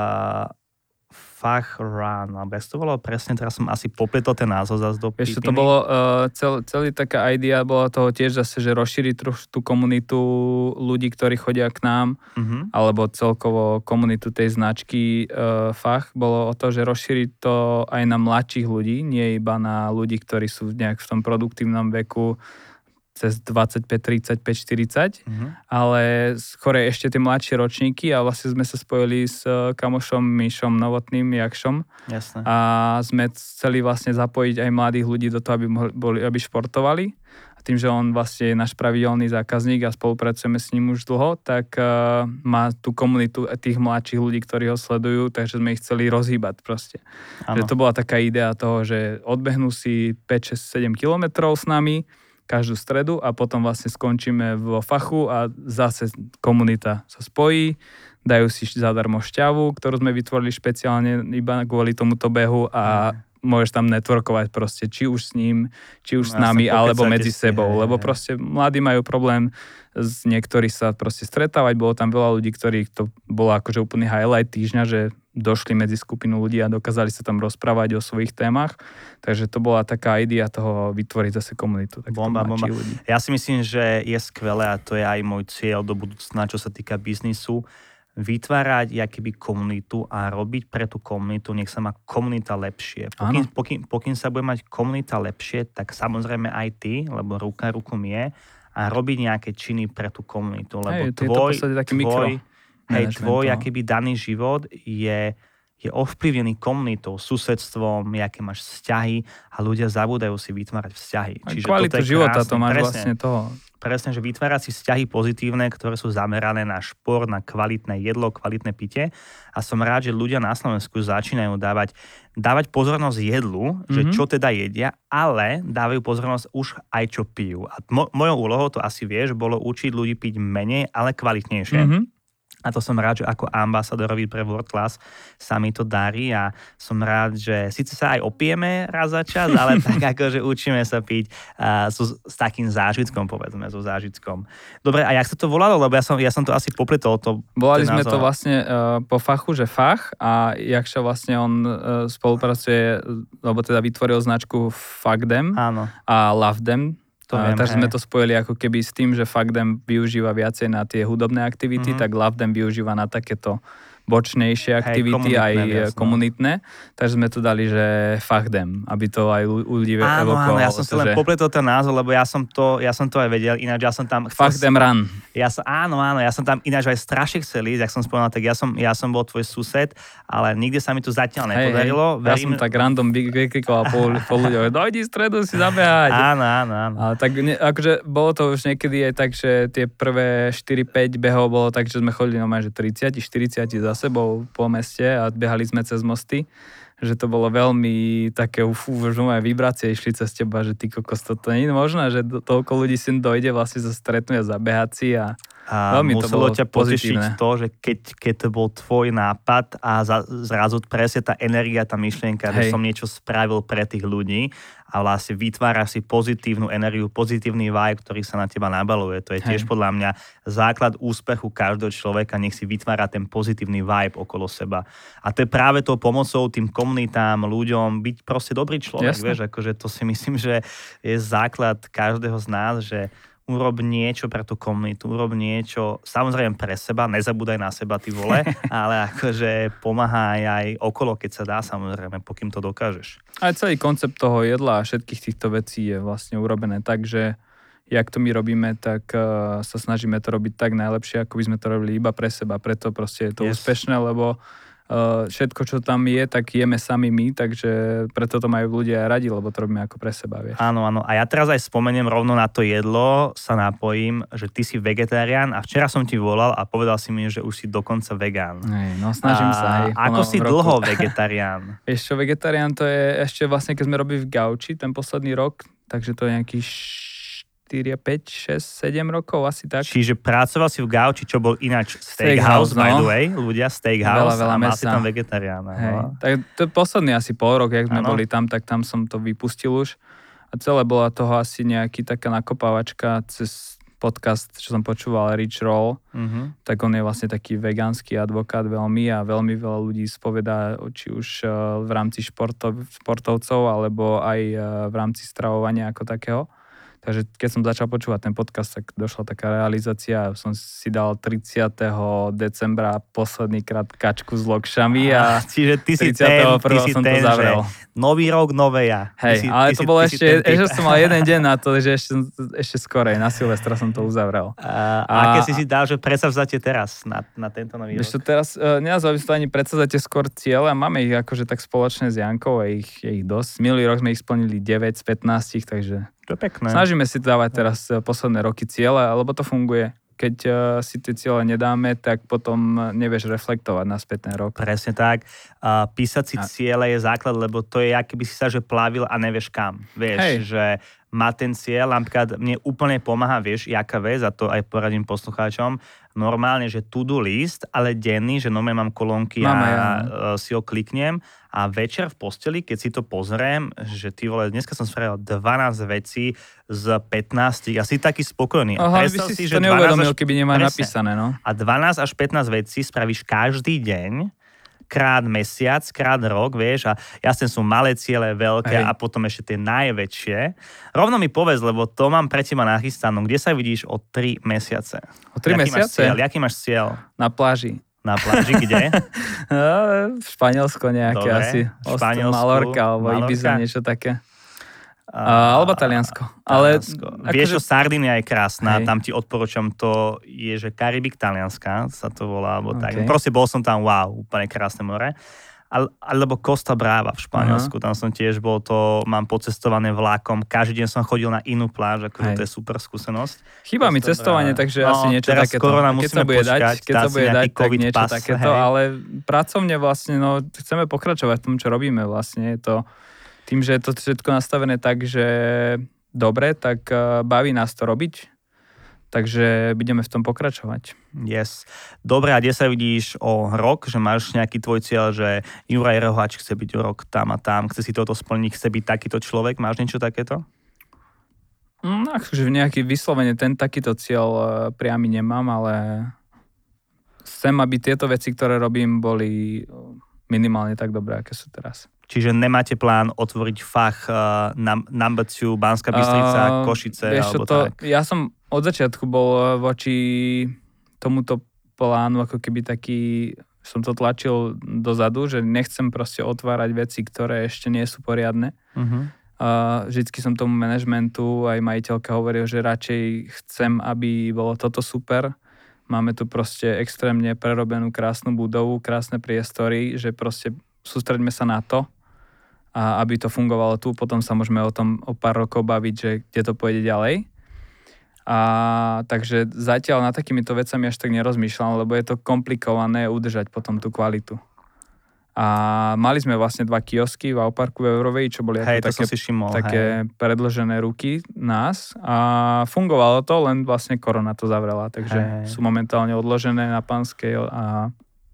Fach Run, alebo jak to bolo presne, teraz som asi popletol ten názov zase do pípiny. Ešte to bolo, celý taká idea bola toho tiež zase, že rozšíriť trošku tú komunitu ľudí, ktorí chodia k nám, alebo celkovo komunitu tej značky Fach, bolo o to, že rozšíriť to aj na mladších ľudí, nie iba na ľudí, ktorí sú nejak v tom produktívnom veku, cez 25, 35, 40, ale skôr ešte tie mladšie ročníky a vlastne sme sa spojili s kamošom Mišom Novotným, Jakšom. Jasné. A sme chceli vlastne zapojiť aj mladých ľudí do toho, aby športovali. A tým, že on vlastne je náš pravidelný zákazník a spolupracujeme s ním už dlho, tak má tú komunitu tých mladších ľudí, ktorí ho sledujú, takže sme ich chceli rozhýbať proste. Že to bola taká idea toho, že odbehnú si 5, 6, 7 kilometrov s nami každú stredu a potom vlastne skončíme vo fachu a zase komunita sa spojí, dajú si zadarmo šťavu, ktorú sme vytvorili špeciálne iba kvôli tomuto behu a môžeš tam networkovať proste, či už s ním, či už s nami, alebo medzi sebou, lebo proste mladí majú problém niektorí sa proste stretávať, bolo tam veľa ľudí, ktorí to bolo akože úplný highlight týždňa, že došli medzi skupinu ľudí a dokázali sa tam rozprávať o svojich témach. Takže to bola taká idea toho vytvoriť zase komunitu. Bomba. Ľudí. Ja si myslím, že je skvelé a to je aj môj cieľ do budúcna, čo sa týka biznisu, vytvárať akýby komunitu a robiť pre tú komunitu, nech sa má komunita lepšie. Pokým sa bude mať komunita lepšie, tak samozrejme aj ty, lebo ruka ruku mie, a robiť nejaké činy pre tú komunitu. Lebo tvoj akýby daný život je ovplyvnený komunitou, susedstvom, aké máš vzťahy a ľudia zabúdajú si vytvárať vzťahy. Čiže kvalitu života to máš vlastne toho. Presne, že vytvárať si vzťahy pozitívne, ktoré sú zamerané na šport, na kvalitné jedlo, kvalitné pitie. A som rád, že ľudia na Slovensku začínajú dávať pozornosť jedlu, že čo teda jedia, ale dávajú pozornosť už aj čo pijú. A mojou úlohou, to asi vieš, bolo učiť ľudí piť menej, ale kvalitnejšie. A to som rád, že ako ambasadorovi pre World Class sa mi to darí a som rád, že síce sa aj opijeme raz za čas, ale tak akože učíme sa piť s takým zážitkom, povedzme, so zážitkom. Dobre, a jak sa to volalo? Lebo ja som to asi popletol. Volali sme to vlastne po fachu, že Fach a Jakša vlastne on spolupracuje, lebo teda vytvoril značku Fuck Them a Love Them. Takže sme to spojili ako keby s tým, že Fuck Them využíva viacej na tie hudobné aktivity, tak Love Them využíva na takéto bočnejšie aktivity, aj komunitné. Takže sme to dali, že Fuck Them, aby to aj ľudí evokovalo. Áno, ja som si len popletol ten názov, lebo ja som to aj vedel, ináč ja som tam... Fuck Them Run. Áno, ja som tam ináč aj strašne chcel ísť, jak som spomínal, tak ja som bol tvoj sused, ale nikde sa mi to zatiaľ nepodarilo. Ja som tak random vykrikoval po ľuďoch, dojdi v stredu si zabehať. Áno. Ale tak akože bolo to už niekedy aj tak, že tie prvé 4-5 behov bolo tak, že sme chodili normálne, že 30-40 za sebou po meste a behali sme cez mosty, že to bolo veľmi také už moje vibrácie išli cez teba, že ty kokos, toto nie je možné, že toľko ľudí si dojde vlastne sa stretnúť a zabehať si a A veľmi to muselo bolo ťa pozitívne. potešiť to, že keď to bol tvoj nápad a zrazu presne tá energia, tá myšlienka, že som niečo spravil pre tých ľudí a vlastne vytváraš si pozitívnu energiu, pozitívny vibe, ktorý sa na teba nabaluje. To je tiež podľa mňa základ úspechu každého človeka, nech si vytvára ten pozitívny vibe okolo seba. A to je práve tou pomocou tým komunitám, ľuďom, byť proste dobrý človek. Vieš, akože to si myslím, že je základ každého z nás, že urob niečo pre tú komunitu, urob niečo, samozrejme pre seba, nezabúdaj na seba, ty vole, ale akože pomáhaj aj okolo, keď sa dá, samozrejme, pokým to dokážeš. Aj celý koncept toho jedla a všetkých týchto vecí je vlastne urobené tak, že jak to my robíme, tak sa snažíme to robiť tak najlepšie, ako by sme to robili iba pre seba. Preto proste je to úspešné, lebo všetko, čo tam je, tak jeme sami my, takže preto to majú ľudia aj radi, lebo to robíme ako pre seba, vieš. Áno, áno. A ja teraz aj spomeniem rovno na to jedlo, sa napojím, že ty si vegetarián a včera som ti volal a povedal si mi, že už si dokonca vegán. No snažím sa. Ako si dlho vegetarián? Vieš čo, vegetarián to je ešte vlastne, keď sme robili v Gauči ten posledný rok, takže to je nejaký 4, 5, 6, 7 rokov, asi tak. Čiže pracoval si v Gauči, čo bol ináč steakhouse, by the way, ľudia, steakhouse, veľa a mal mesa. si tam vegetariána. Tak to je posledný asi pol rok, jak sme boli tam, tak tam som to vypustil už. A celé bola toho asi nejaký taká nakopávačka cez podcast, čo som počúval, Rich Roll, tak on je vlastne taký vegánsky advokát veľmi a veľmi veľa ľudí spovedá, či už v rámci športovcov, alebo aj v rámci stravovania ako takého. Takže keď som začal počúvať ten podcast, tak došla taká realizácia. Som si dal 30. decembra posledný krát kačku s lokšami a čiže ty si 31. som to zavrel. Nový rok, nové ja. Hej, ale to bolo ešte som mal jeden deň na to, že ešte skorej, na Silvestra som to uzavrel. A aké si dal, že predsavzatie teraz na tento nový rok? Vieš to teraz, nenazval by som to ani predsavzatie, skôr cieľe. Máme ich akože tak spoločné s Jankou a je ich dosť. Minulý rok sme ich splnili 9 z 15, takže to je pekné. Snažíme si dávať teraz posledné roky ciele, lebo to funguje. Keď si tie ciele nedáme, tak potom nevieš reflektovať na spätný rok. Presne tak. Písať si ciele je základ, lebo to je, aký by si sa že plávil a nevieš kam. Vieš, že má ten cieľ, napríklad mne úplne pomáha, vieš, jaká vec, a to aj poradím poslucháčom, normálne, že to-do list, ale denný, že normálne mám kolónky si ho kliknem a večer v posteli, keď si to pozriem, že ty vole, dneska som spravil 12 vecí z 15 a si taký spokojný. Aha, by si to neuvedomil, keby nemáš napísané, no. A 12 až 15 vecí spravíš každý deň, krát mesiac, krát rok, vieš, a jasne sú malé ciele, veľké a potom ešte tie najväčšie. Rovno mi povedz, lebo to mám pre teba nachystanú. Kde sa vidíš o 3 mesiace? O 3 mesiace? Jaký máš cieľ? Na pláži. Na pláži kde? V Španielsko nejaké. Dobre, asi. Španielsku. Malorka, alebo Ibiza, niečo také. Alebo Taliansko. Ale vieš, že Sardinia je krásna, tam ti odporúčam, to je, že Karibik Talianska sa to volá, alebo tak. Proste bol som tam, wow, úplne krásne more. Alebo Costa Brava v Španielsku, tam som tiež bol, to mám pocestované vlakom, každý deň som chodil na inú pláž, akože to je super skúsenosť. Chýba mi cestovanie, takže asi niečo takéto. Keď sa bude dať, tak niečo takéto, ale pracovne vlastne, chceme pokračovať v tom, čo robíme vlastne, je to tým, že je to všetko nastavené tak, že dobre, tak baví nás to robiť, takže budeme v tom pokračovať. Yes. Dobre, a kde sa vidíš o rok, že máš nejaký tvoj cieľ, že Juraj Roháč chce byť rok tam a tam, chce si toto splniť, chce byť takýto človek, máš niečo takéto? Akože nejaký vyslovene ten takýto cieľ priamy nemám, ale chcem, aby tieto veci, ktoré robím, boli minimálne tak dobré, aké sú teraz. Čiže nemáte plán otvoriť fach na Mbciu, Banská Bystrica, Košice, alebo tak? Ja som od začiatku bol voči tomuto plánu ako keby taký, som to tlačil dozadu, že nechcem proste otvárať veci, ktoré ešte nie sú poriadne. Vždycky som tomu manažmentu aj majiteľka hovoril, že radšej chcem, aby bolo toto super. Máme tu proste extrémne prerobenú krásnu budovu, krásne priestory, že proste sústreďme sa na to, a aby to fungovalo tu, potom sa môžeme o tom o pár rokov baviť, že kde to pôjde ďalej. A takže zatiaľ na takýmito vecami až tak nerozmýšľam, lebo je to komplikované udržať potom tú kvalitu. A mali sme vlastne 2 kiosky v Auparku v Euroveji, čo boli ako také predĺžené ruky nás. A fungovalo to, len vlastne korona to zavrela. Takže sú momentálne odložené na Panskej a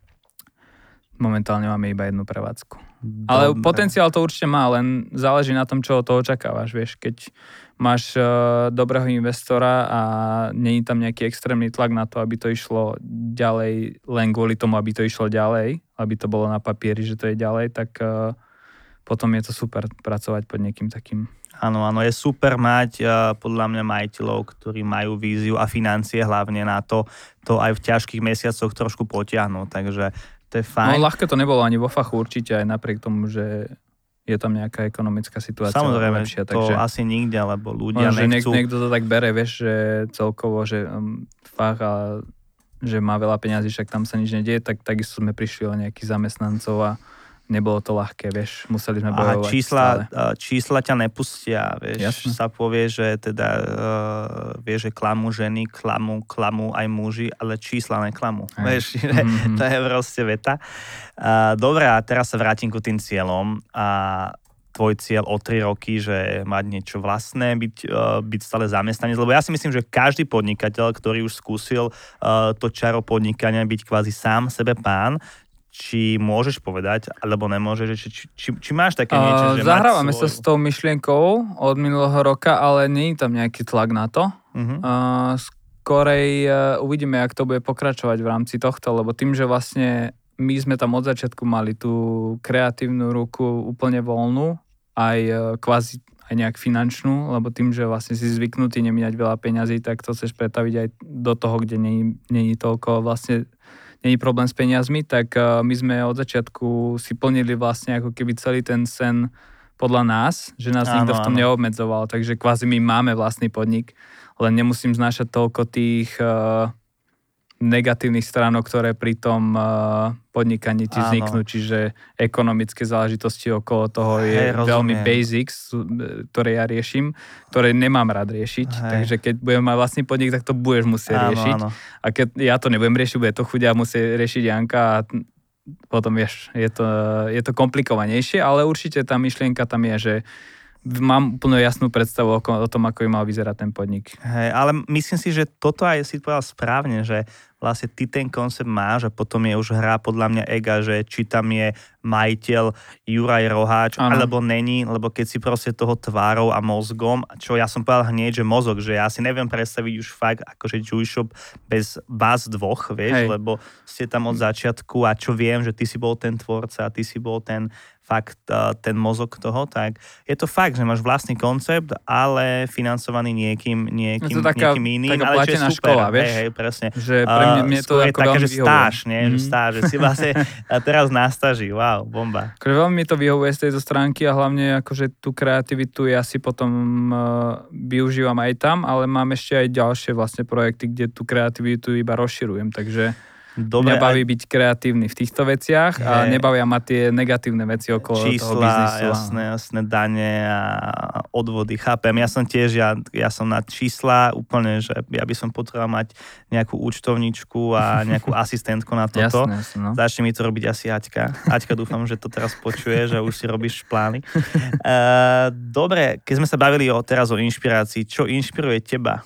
momentálne máme iba jednu prevádzku. Ale potenciál to určite má, len záleží na tom, čo od toho očakávaš. Vieš, keď máš dobrého investora a není tam nejaký extrémny tlak na to, aby to išlo ďalej, len kvôli tomu, aby to išlo ďalej, aby to bolo na papieri, že to je ďalej, tak potom je to super pracovať pod niekým takým. Áno, je super mať podľa mňa majiteľov, ktorí majú víziu a financie hlavne na to aj v ťažkých mesiacoch trošku potiahnu, takže to je fajn. No ľahké to nebolo ani vo fachu určite, aj napriek tomu, že je tam nejaká ekonomická situácia. Samozrejme, lepšia, to takže asi nikde, lebo ľudia nechcú. Niekto to tak bere, vieš, že celkovo, že fach a že má veľa peňazí, však tam sa nič nedieje, tak takisto sme prišli o nejakých zamestnancov a nebolo to ľahké, vieš, museli sme bojovať. Čísla ťa nepustia, vieš, jasne. Sa povie, že teda, vieš, že klamú ženy, klamú aj muži, ale čísla neklamú, vieš, to je proste veta. Dobre, a teraz sa vrátim ku tým cieľom a tvoj cieľ o 3 roky, že mať niečo vlastné, byť stále zamestnanec, lebo ja si myslím, že každý podnikateľ, ktorý už skúsil to čaro podnikania, byť kvázi sám sebe pán, či môžeš povedať, alebo nemôžeš, či máš také niečo, že zahrávame sa s tou myšlienkou od minulého roka, ale nie je tam nejaký tlak na to. Skorej uvidíme, jak to bude pokračovať v rámci tohto, lebo tým, že vlastne my sme tam od začiatku mali tú kreatívnu ruku úplne voľnú, aj kvázi aj nejak finančnú, lebo tým, že vlastne si zvyknutý nemíňať veľa peňazí, tak to chceš pretaviť aj do toho, kde není toľko vlastne není problém s peniazmi, tak my sme od začiatku si plnili vlastne ako keby celý ten sen podľa nás, že nás nikto v tom neobmedzoval, takže kvázi my máme vlastný podnik, len nemusím znášať toľko tých negatívnych stránok, ktoré pri tom podnikaní ti vzniknú, čiže ekonomické záležitosti okolo toho je veľmi basics, ktoré ja riešim, ktoré nemám rád riešiť, takže keď budem mať vlastný podnik, tak to budeš musieť riešiť. A keď ja to nebudem riešiť, bude to chuť a musí riešiť Janka a potom vieš, je to komplikovanejšie, ale určite tá myšlienka tam je, že mám úplne jasnú predstavu o tom, ako by mal vyzerať ten podnik. Ale myslím si, že toto aj si povedal správne, že vlastne ty ten koncept máš a potom je už hra podľa mňa ega, že či tam je majiteľ Juraj Roháč, alebo není, lebo keď si proste toho tvárou a mozgom, čo ja som povedal hneď, že mozog, že ja si neviem predstaviť už fakt akože Juice Shop bez vás dvoch, vieš, lebo ste tam od začiatku a čo viem, že ty si bol ten tvorca a ty si bol ten fakt ten mozog toho, tak je to fakt, že máš vlastný koncept, ale financovaný niekým iným, ale čo je super. Škola, vieš? Hej, presne. Že pre mňa to ako také, veľmi že stáž, nie? Že stáž, že si vlastne teraz na stáži, wow, bomba. Akože veľmi mi to vyhovuje z tejto stránky a hlavne akože tú kreativitu ja si potom využívam aj tam, ale mám ešte aj ďalšie vlastne projekty, kde tú kreativitu iba rozširujem, takže mňa baví byť kreatívny v týchto veciach a nebavia ma tie negatívne veci okolo toho biznisu. Jasné, dane a odvody, chápem. Ja som tiež, ja som na čísla úplne, že ja by som potreboval mať nejakú účtovničku a nejakú asistentku na toto. Jasné, no. Začne mi to robiť asi Aťka. Aťka, dúfam, že to teraz počuje, že už si robíš plány. Dobre, keď sme sa bavili teraz o inšpirácii, čo inšpiruje teba?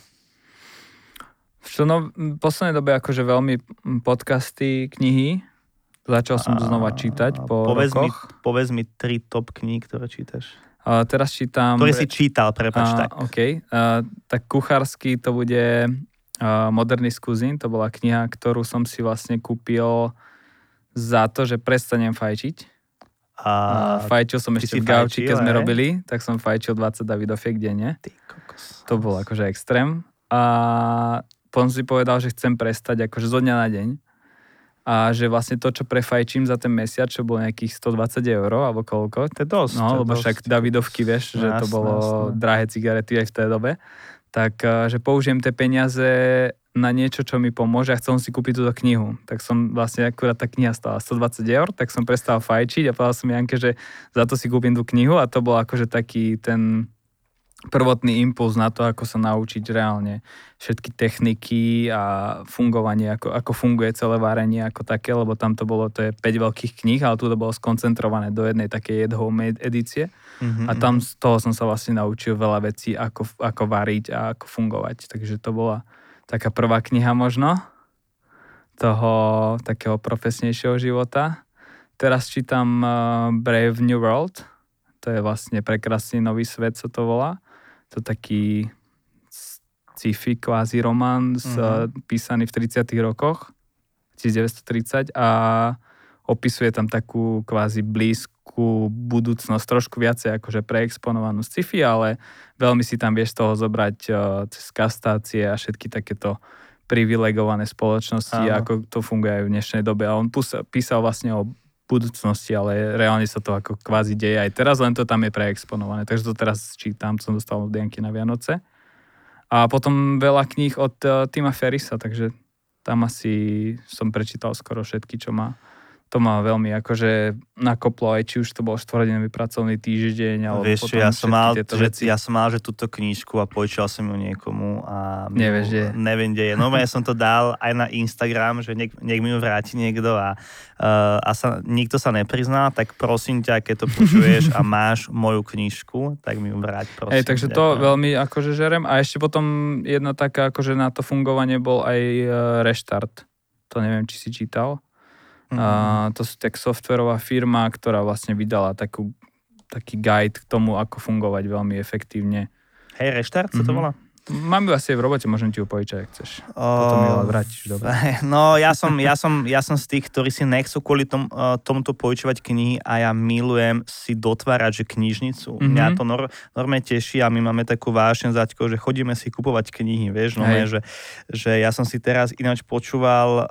V poslednej dobe akože veľmi podcasty, knihy. Začal som znova čítať po rokoch. Povedz mi 3 top kníh, ktoré čítaš. Teraz čítam... Ktoré si čítal, prepáč tak. OK. Tak kuchársky to bude Modernist Cuisine. To bola kniha, ktorú som si vlastne kúpil za to, že prestanem fajčiť. Fajčil som ešte v gauči, keď sme robili, tak som fajčil 20 Davidofiek denne. Ty kokos. To bol akože extrém. A potom si povedal, že chcem prestať akože zo dňa na deň a že vlastne to, čo prefajčím za ten mesiac, čo bolo nejakých 120 € alebo koľko. To je dosť. No, lebo však Davidovky, vieš, že to bolo drahé cigarety aj v tej dobe. Tak, že použijem tie peniaze na niečo, čo mi pomôže a chcel som si kúpiť túto knihu. Tak som vlastne, akurát tá kniha stála 120 €, tak som prestal fajčiť a povedal som Janke, že za to si kúpim tú knihu a to bol akože taký ten prvotný impuls na to, ako sa naučiť reálne všetky techniky a fungovanie, ako funguje celé varenie ako také, lebo tam to je 5 veľkých kníh, ale tu to bolo skoncentrované do jednej takej homemade edície. A tam z toho som sa vlastne naučil veľa vecí, ako variť a ako fungovať. Takže to bola taká prvá kniha možno toho takého profesnejšieho života. Teraz čítam Brave New World. To je vlastne Prekrásny nový svet, sa to volá. To taký sci-fi kvázi román písaný v 30. rokoch 1930 a opisuje tam takú kvázi blízku budúcnosť, trošku viacej akože preexponovanú sci-fi, ale veľmi si tam vieš z toho zobrať cez kastácie a všetky takéto privilegované spoločnosti, ako to funguje aj v dnešnej dobe. A on písal vlastne o budúcnosti, ale reálne sa to ako kvázi deje aj teraz, len to tam je preexponované. Takže to teraz čítam, som dostal od Janky na Vianoce. A potom veľa kníh od Tima Ferrisa, takže tam asi som prečítal skoro všetky, čo má. To ma veľmi akože nakoplo, aj či už to bol 4-dňový pracovný týždeň, alebo vieš, potom ja som mal, že túto knížku a požičal som ju niekomu a neviem, kde je. No, ja som to dal aj na Instagram, že nech mi ju vráti niekto a nikto sa nepriznal, tak prosím ťa, keď to počuješ a máš moju knížku, tak mi ju vráť, prosím. Takže to veľmi akože žerem. A ešte potom jedna taká, akože na to fungovanie bol aj Reštart. To neviem, či si čítal. To je tak softverová firma, ktorá vlastne vydala taký guide k tomu, ako fungovať veľmi efektívne. Hej, Reštart sa to volá? Mám ju asi aj v robote, môžem ti ju požičať, ak chceš. Potom ju ale vrátiš, dobre. No, ja som z tých, ktorí si nechcú kvôli tomuto požičovať knihy a ja milujem si dotvárať, že knižnicu. Mňa to normálne teší a my máme takú vášeň zaťko, že chodíme si kupovať knihy, vieš, že ja som si teraz ináč počúval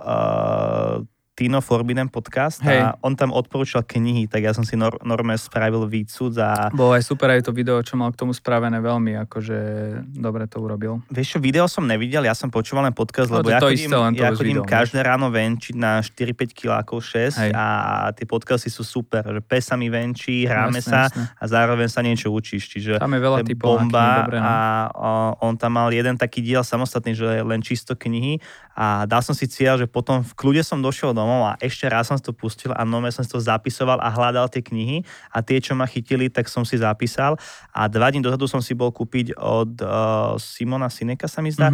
Tino Forbidden podcast a on tam odporúčal knihy, tak ja som si normálne spravil výcud a... Bolo aj super aj to video, čo mal k tomu spravené veľmi, akože dobre to urobil. Vieš čo, video som nevidel, ja som počúval len podcast, lebo ja chodím každé ráno venčiť na 4-5 kilákov 6 a tie podcasty sú super, že pes sa mi venčí, hráme sa a zároveň sa niečo učíš, čiže tam je veľa typov bomba a on tam mal jeden taký diel samostatný, že len čisto knihy a dal som si cieľ, že potom v kľude som došiel domov a ešte raz som to pustil a nové som si to zapisoval a hľadal tie knihy a tie, čo ma chytili, tak som si zapísal a 2 dní dozadu som si bol kúpiť od Simona Sineka, sa mi zdá.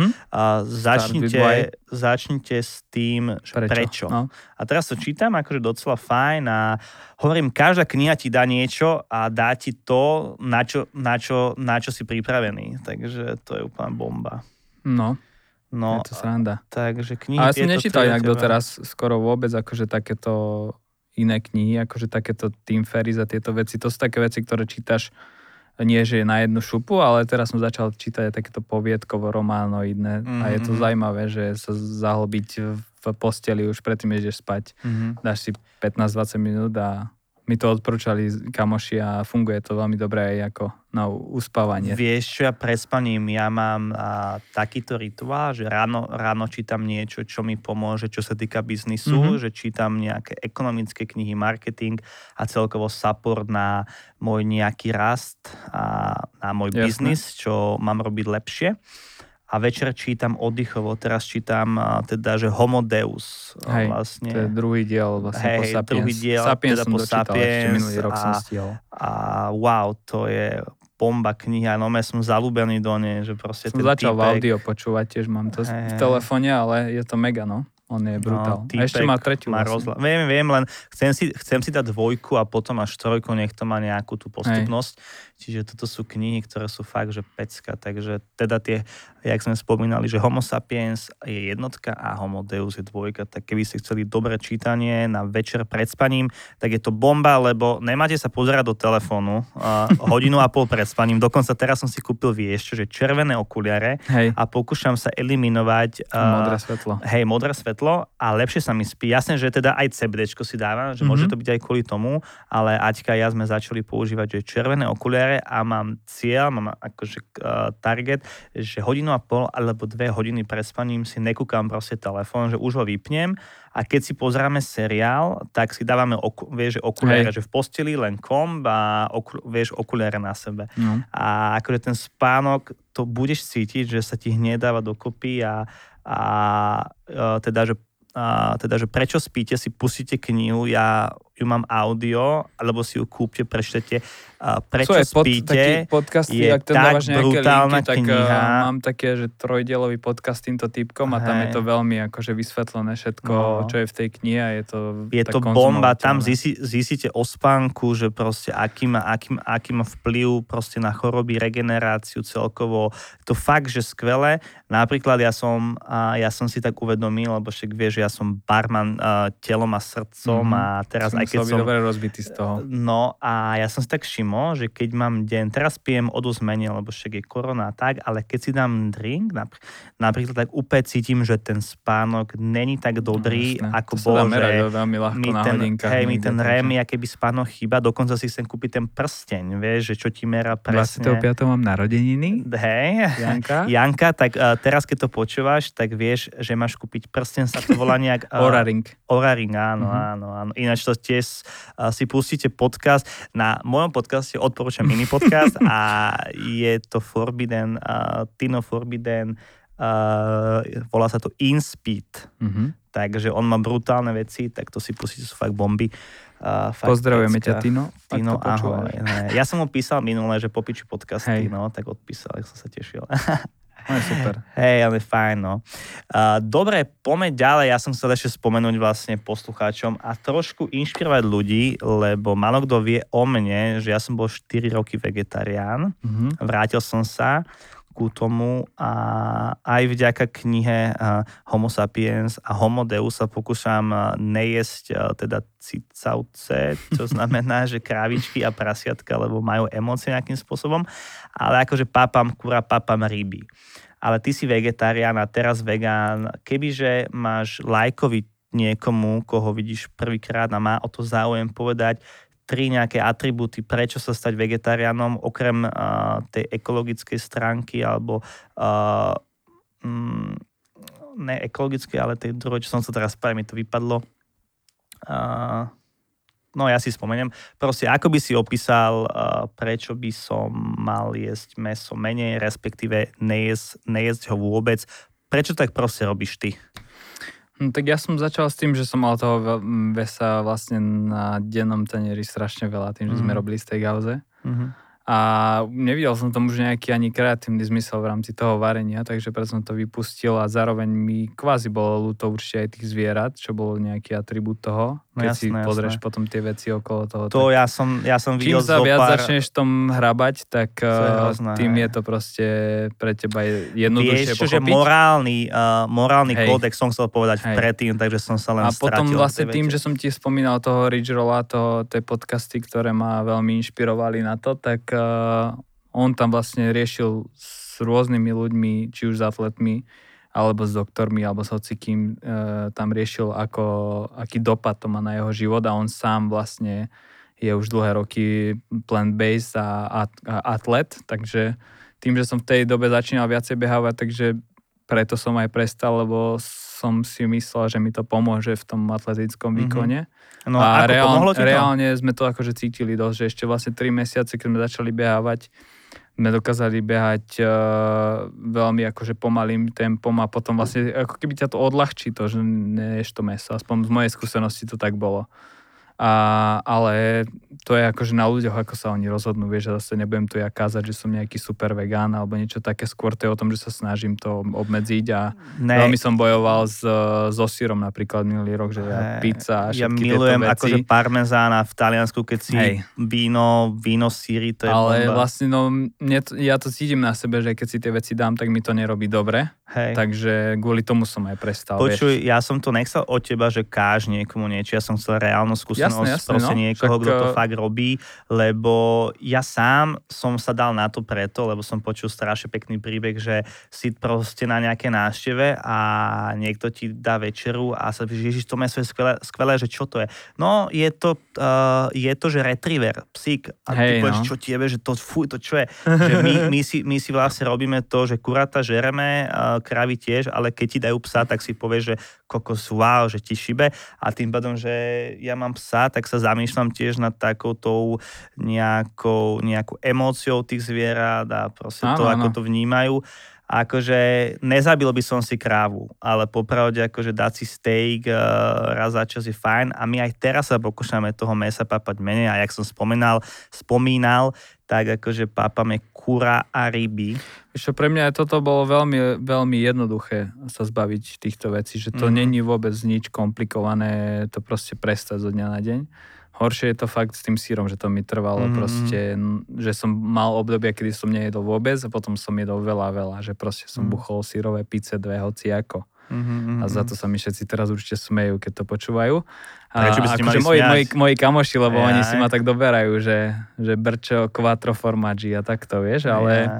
Začnite s tým, prečo. No. A teraz to čítam, akože docela fajn a hovorím, každá kniha ti dá niečo a dá ti to, na čo si pripravený. Takže to je úplne bomba. No, je to sranda. Takže knihy... Ale ja som nečítal inak doteraz skoro vôbec akože takéto iné knihy, akože takéto Tim Ferriss a tieto veci. To sú také veci, ktoré čítaš nie, že je na jednu šupu, ale teraz som začal čítať aj takéto poviedkovo-románoidné a je to zaujímavé, že sa zahlbiť v posteli už predtým, ideš spať. Dáš si 15-20 minút a mi to odporúčali kamoši a funguje to veľmi dobre aj ako na uspávanie. Vieš čo, ja pred spaním, ja mám takýto rituál, že ráno čítam niečo, čo mi pomôže, čo sa týka biznisu, že čítam nejaké ekonomické knihy, marketing a celkovo support na môj nejaký rast a na môj biznis, čo mám robiť lepšie. A večer čítam oddychovo, teraz čítam teda, že Homo Deus. Vlastne. To je druhý diel vlastne po Sapiens. Druhý diel, Sapiens teda som po dočítal, Sapiens. ešte minulý rok som stihol. A wow, to je bomba kniha, no ja som zalúbený do nej, že proste som začal v audio počúvať, tiež mám to v telefóne, ale je to mega, no. On je brutál. A ešte má tretiu. Viem, len chcem si dať 2 a potom až 3, nech to má nejakú tú postupnosť. Čiže toto sú knihy, ktoré sú fakt, že pecka. Takže teda tie, jak sme spomínali, že Homo Sapiens je 1 a Homo Deus je 2. Tak keby ste chceli dobré čítanie na večer pred spaním, tak je to bomba, lebo nemáte sa pozerať do telefónu 1,5 hodinu pred spaním. Dokonca teraz som si kúpil, vieš, že červené okuliare a pokúšam sa eliminovať modré svetlo a lepšie sa mi spí. Jasné, že teda aj CBDčko si dávam, že môže to byť aj kvôli tomu, ale Aťka a ja sme začali používať, že červené okuliare okuliare a mám cieľ, mám akože target, že 1,5 hodiny alebo 2 hodiny pred spaním si nekúkam proste telefón, že už ho vypnem a keď si pozeráme seriál, tak si dávame okuliare, že v posteli len komb a okuliare na sebe. A akože ten spánok, to budeš cítiť, že sa ti hnedáva dokopy a teda, že prečo spíte, si pustíte knihu, ja ju mám audio, alebo si ju kúpte, prečtete. Prečo spíte, podcasty, je ak tam tak dávaš nejaké brutálna linky, tak kniha. Mám také, že trojdielový podcast s týmto typkom a tam je to veľmi akože vysvetlené všetko, čo je v tej knihe a je to tak bomba, tam zistíte o spánku, že proste aký má vplyv proste na choroby, regeneráciu celkovo. To fakt, že skvelé. Napríklad ja som si tak uvedomil, lebo však vieš, ja som barman telom a srdcom a teraz aj keď som... dobre rozbitý z toho. No a ja som si tak všimol, že keď mám deň, teraz pijem o dosť menej, lebo však je korona a tak, ale keď si dám drink, napríklad tak úplne cítim, že ten spánok není tak dobrý, ako to bol, že veľmi ľahko na hodinkách. Hej, mi ten REM, keby spánok chýba, dokonca si chcem kúpiť ten prsteň, vieš, že čo ti merá presne. 25. mám narodeniny. Hej, Janka, tak teraz keď to počúvaš, tak vieš, že máš kúpiť prsteň, sa to volá nejak... Oura Ring, áno. Ináč to tiež si pustíte podcast. Na mojom podcaste odporúčam iný podcast a je to Forbidden, Tino Forbidden, volá sa to InSpeed. Takže on má brutálne veci, tak to si pustíte, sú fakt bomby. Pozdravujeme ťa, Tino. Tino, ahoj. Ja som mu písal minule, že popíči podcasty, tak odpísal, jak som sa tešil. No je super. Hej, ale fajn, no. Dobre, poďme ďalej. Ja som chcel ešte spomenúť vlastne poslucháčom a trošku inšpirovať ľudí, lebo málo kto vie o mne, že ja som bol 4 roky vegetarián. Vrátil som sa ku tomu a aj vďaka knihe Homo sapiens a Homo Deus sa pokúšam nejesť teda cicavce, čo znamená, že krávičky a prasiatka, lebo majú emócie nejakým spôsobom, ale akože papám kura, papám ryby. Ale ty si vegetarián a teraz vegán. Kebyže máš lajkovi niekomu, koho vidíš prvýkrát a má o to záujem povedať 3 nejaké atribúty, prečo sa stať vegetariánom, okrem tej ekologickej stránky, alebo ne ekologickej, ale tej druhej, čo som sa teraz mi to vypadlo. No ja si spomeniem. Proste, ako by si opísal, prečo by som mal jesť mäso menej, respektíve nejesť ho vôbec. Prečo tak proste robíš ty? No, tak ja som začal s tým, že som mal toho vesa vlastne na dennom tanieri strašne veľa, tým, že sme robili steakhouse. A nevidel som tomu už nejaký ani kreatívny zmysel v rámci toho varenia, takže preto som to vypustil a zároveň mi kvázi bolo ľúto určite aj tých zvierat, čo bol nejaký atribút toho, keď si pozrieš potom tie veci okolo toho. To ja som videl čím sa viac začneš v tom hrabať, tak tým je to proste pre teba jednoduchšie pochopiť. Vieš, že morálny kódex som chcel povedať predtým, takže som sa len stratil. A potom vlastne tým, že som ti spomínal toho Rich Rolla, tie podcasty, ktoré ma veľmi inšpirovali na to, tak on tam vlastne riešil s rôznymi ľuďmi, či už s atletmi, alebo s doktormi, alebo s hocikým, tam riešil, aký dopad to má na jeho život a on sám vlastne je už dlhé roky plant-based a atlet, takže tým, že som v tej dobe začínal viacej behávať, takže preto som aj prestal, lebo som si myslel, že mi to pomôže v tom atletickom výkone. No a reálne sme to akože cítili dosť, že ešte vlastne 3 mesiace, keď sme začali behávať, sme dokázali behať veľmi akože pomalým tempom a potom vlastne ako keby ťa to odľahčí to, že neješ to mäso. Aspoň z mojej skúsenosti to tak bolo. Ale to je akože na ľuďoch, ako sa oni rozhodnú, vieš, že zase nebudem tu ja kázať, že som nejaký super vegán alebo niečo také, skôr to je o tom, že sa snažím to obmedziť a veľmi som bojoval so syrom napríklad minulý rok, že pizza a všetky tieto veci. Ja milujem akože parmezán a v Taliansku, keď si víno síry, to je ale bomba. vlastne ja to cítim na sebe, že keď si tie veci dám, tak mi to nerobí dobre. Hej. Takže kvôli tomu som aj prestal. Počuj, vieš. ja som to nechcel od teba, že káž niekomu niečo. Ja som chcel reálnu skúsenosť Jasné, proste niekoho, však, kto to fakt robí, lebo ja sám som sa dal na to preto, lebo som počul strašne pekný príbeh, že si proste na nejaké návšteve a niekto ti dá večeru a sa že Ježiš, to meso je skvelé, že čo to je? No, je to, že retriever, psík. A ty povieš, čo tiebe, že to, fuj, to čo je? Že my si vlastne robíme to, že kurata žereme, krávy tiež, ale keď ti dajú psa, tak si povieš, že kokos, wow, že ti šibe. A tým pádom, že ja mám psa, tak sa zamýšľam tiež nad takoutou nejakou emóciou tých zvierat a proste ako to vnímajú. A akože nezabil by som si krávu, ale popravde akože dať si steak raz za čas je fajn a my aj teraz sa pokúšame toho mesa papať menej a jak som spomínal, tak akože pápame kura a ryby. Čo pre mňa toto bolo veľmi, veľmi jednoduché sa zbaviť týchto vecí, že to není vôbec nič komplikované, to proste prestať zo dňa na deň. Horšie je to fakt s tým sírom, že to mi trvalo proste, že som mal obdobie, kedy som nejedol vôbec a potom som jedol veľa, že proste som buchol sírové pice 2 hociako. A za to sa mi všetci teraz určite smejú, keď to počúvajú. Prečo by ste akože moji kamoši, lebo oni si ma tak doberajú, že brčo, quattro formaggi a takto, vieš, ale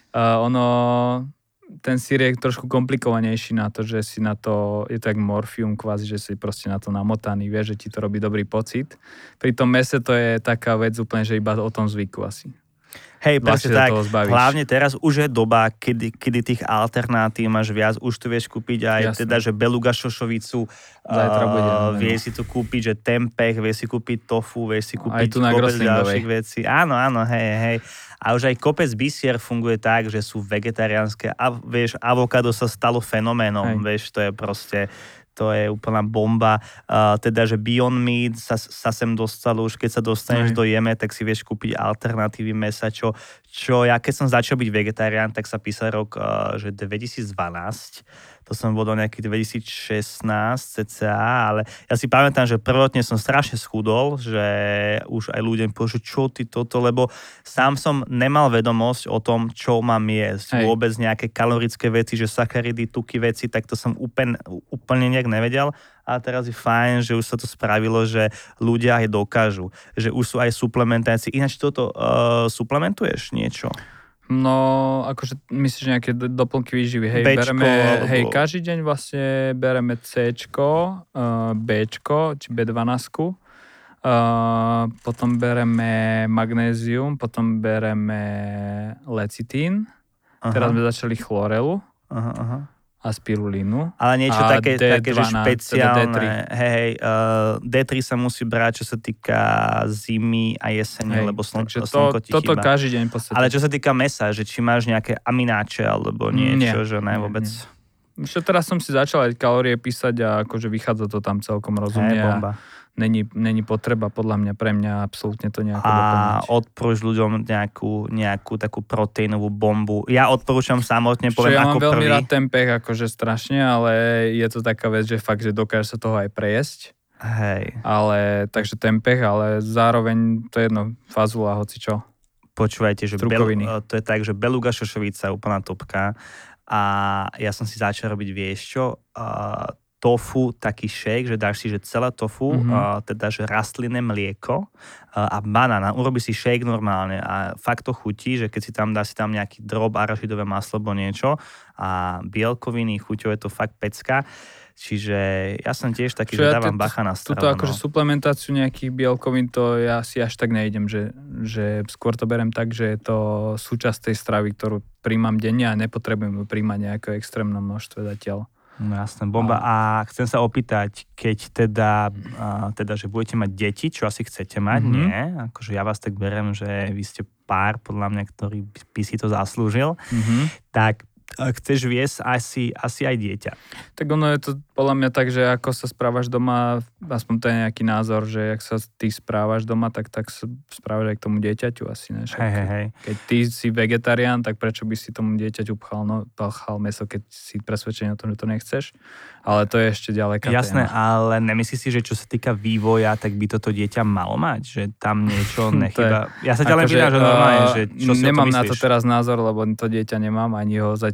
ten sír je trošku komplikovanejší na to, že si na to, je to jak morfium kvázi, že si proste na to namotaný, vieš, že ti to robí dobrý pocit. Pri tom mese to je taká vec úplne, že iba o tom zvyku asi. Hej, presne tak. Hlavne teraz už je doba, kedy tých alternatív máš viac. Už tu vieš kúpiť aj teda, že beluga šošovicu. Vieš si tu kúpiť, že tempeh, vieš si kúpiť tofu, vieš si kúpiť kopec ďalších vecí. Áno, hej. A už aj kopec bisier funguje tak, že sú vegetariánske. A vieš, avokádo sa stalo fenoménom. Vieš, to je proste... To je úplná bomba. Teda, že Beyond Meat sa sem dostalo, už keď sa dostaneš do Jeme, tak si vieš kúpiť alternatívy mesa, čo ja keď som začal byť vegetarián, tak sa písal rok, že 2012. To som bol do nejakých 2016 cca, ale ja si pamätám, že prvotne som strašne schudol, že už aj ľudia povedali, že čo ty toto, lebo sám som nemal vedomosť o tom, čo mám jesť. Vôbec nejaké kalorické veci, že sacharidy, tuky veci, tak to som úplne nejak nevedel. A teraz je fajn, že už sa to spravilo, že ľudia aj dokážu. Že už sú aj suplementácie. Ináč toto suplementuješ niečo? No, akože myslíš nejaké doplnky výživy. Hej, každý deň vlastne bereme Cčko, Bčko, či B12, potom bereme magnézium, potom bereme lecitín, teraz sme začali chlorelu a spirulínu. Ale niečo také že špeciálne. Hej, D3 sa musí brať, čo sa týka zimy a jesene, lebo slnko ti chýba. Toto každý deň v podstate. Ale čo sa týka mesa, že či máš nejaké amináče alebo niečo, že ne vôbec. Čo teraz som si začal aj kalórie písať a akože vychádza to tam celkom rozumne. Bomba. Není potreba podľa mňa, pre mňa absolútne to nejako A doplniť. odporúč ľuďom nejakú takú proteínovú bombu. Ja odporúčam samotne, poviem ja ako prvý. Ja mám veľmi rád tempeh, akože strašne, ale je to taká vec, že fakt, že dokáže sa toho aj prejesť. Hej. Ale, takže tempeh, ale zároveň to je jedno, fazula, hocičo. Počúvajte, že to je tak, že beluga šošovica, úplná topka. A ja som si začal robiť, vieš čo, tofu, taký shake, že dáš si, že celé tofu, teda, že rastlinné mlieko a banána. Urobí si shake normálne a fakt to chutí, že keď si tam dáš nejaký drob, arašidové maslo alebo niečo a bielkoviny, chuťou je to fakt pecka. Čiže ja som tiež taký, že dávam bacha na stravu. Tuto akože suplementáciu nejakých bielkovín, to ja si až tak nejdem, že skôr to berem tak, že je to súčasť tej stravy, ktorú príjmam denne a nepotrebujem ju príjmať nejaké extrémne množstve zatiaľ. No jasné, bomba. A chcem sa opýtať, keď teda, že budete mať deti, čo asi chcete mať, nie? Akože ja vás tak berem, že vy ste pár, podľa mňa, ktorý by si to zaslúžil. Tak chceš viesť asi aj dieťa. Tak ono je to podľa mňa tak, že ako sa správaš doma, aspoň to je nejaký názor, že ak sa ty správaš doma, tak sa správaš aj k tomu dieťaťu asi. Ne? Hej. Keď ty si vegetarián, tak prečo by si tomu dieťaťu pchal mäso, keď si presvedčený o tom, že to nechceš? Ale to je ešte ďaleká téma. Jasné, ale nemyslíš si, že čo sa týka vývoja, tak by toto dieťa malo mať? Že tam niečo nechýba? Ja sa ťa len pýtam, že normálne, že čo si o to myslíš? Nemám na to teraz názor, lebo to dieťa nemám, ani ho zatiaľ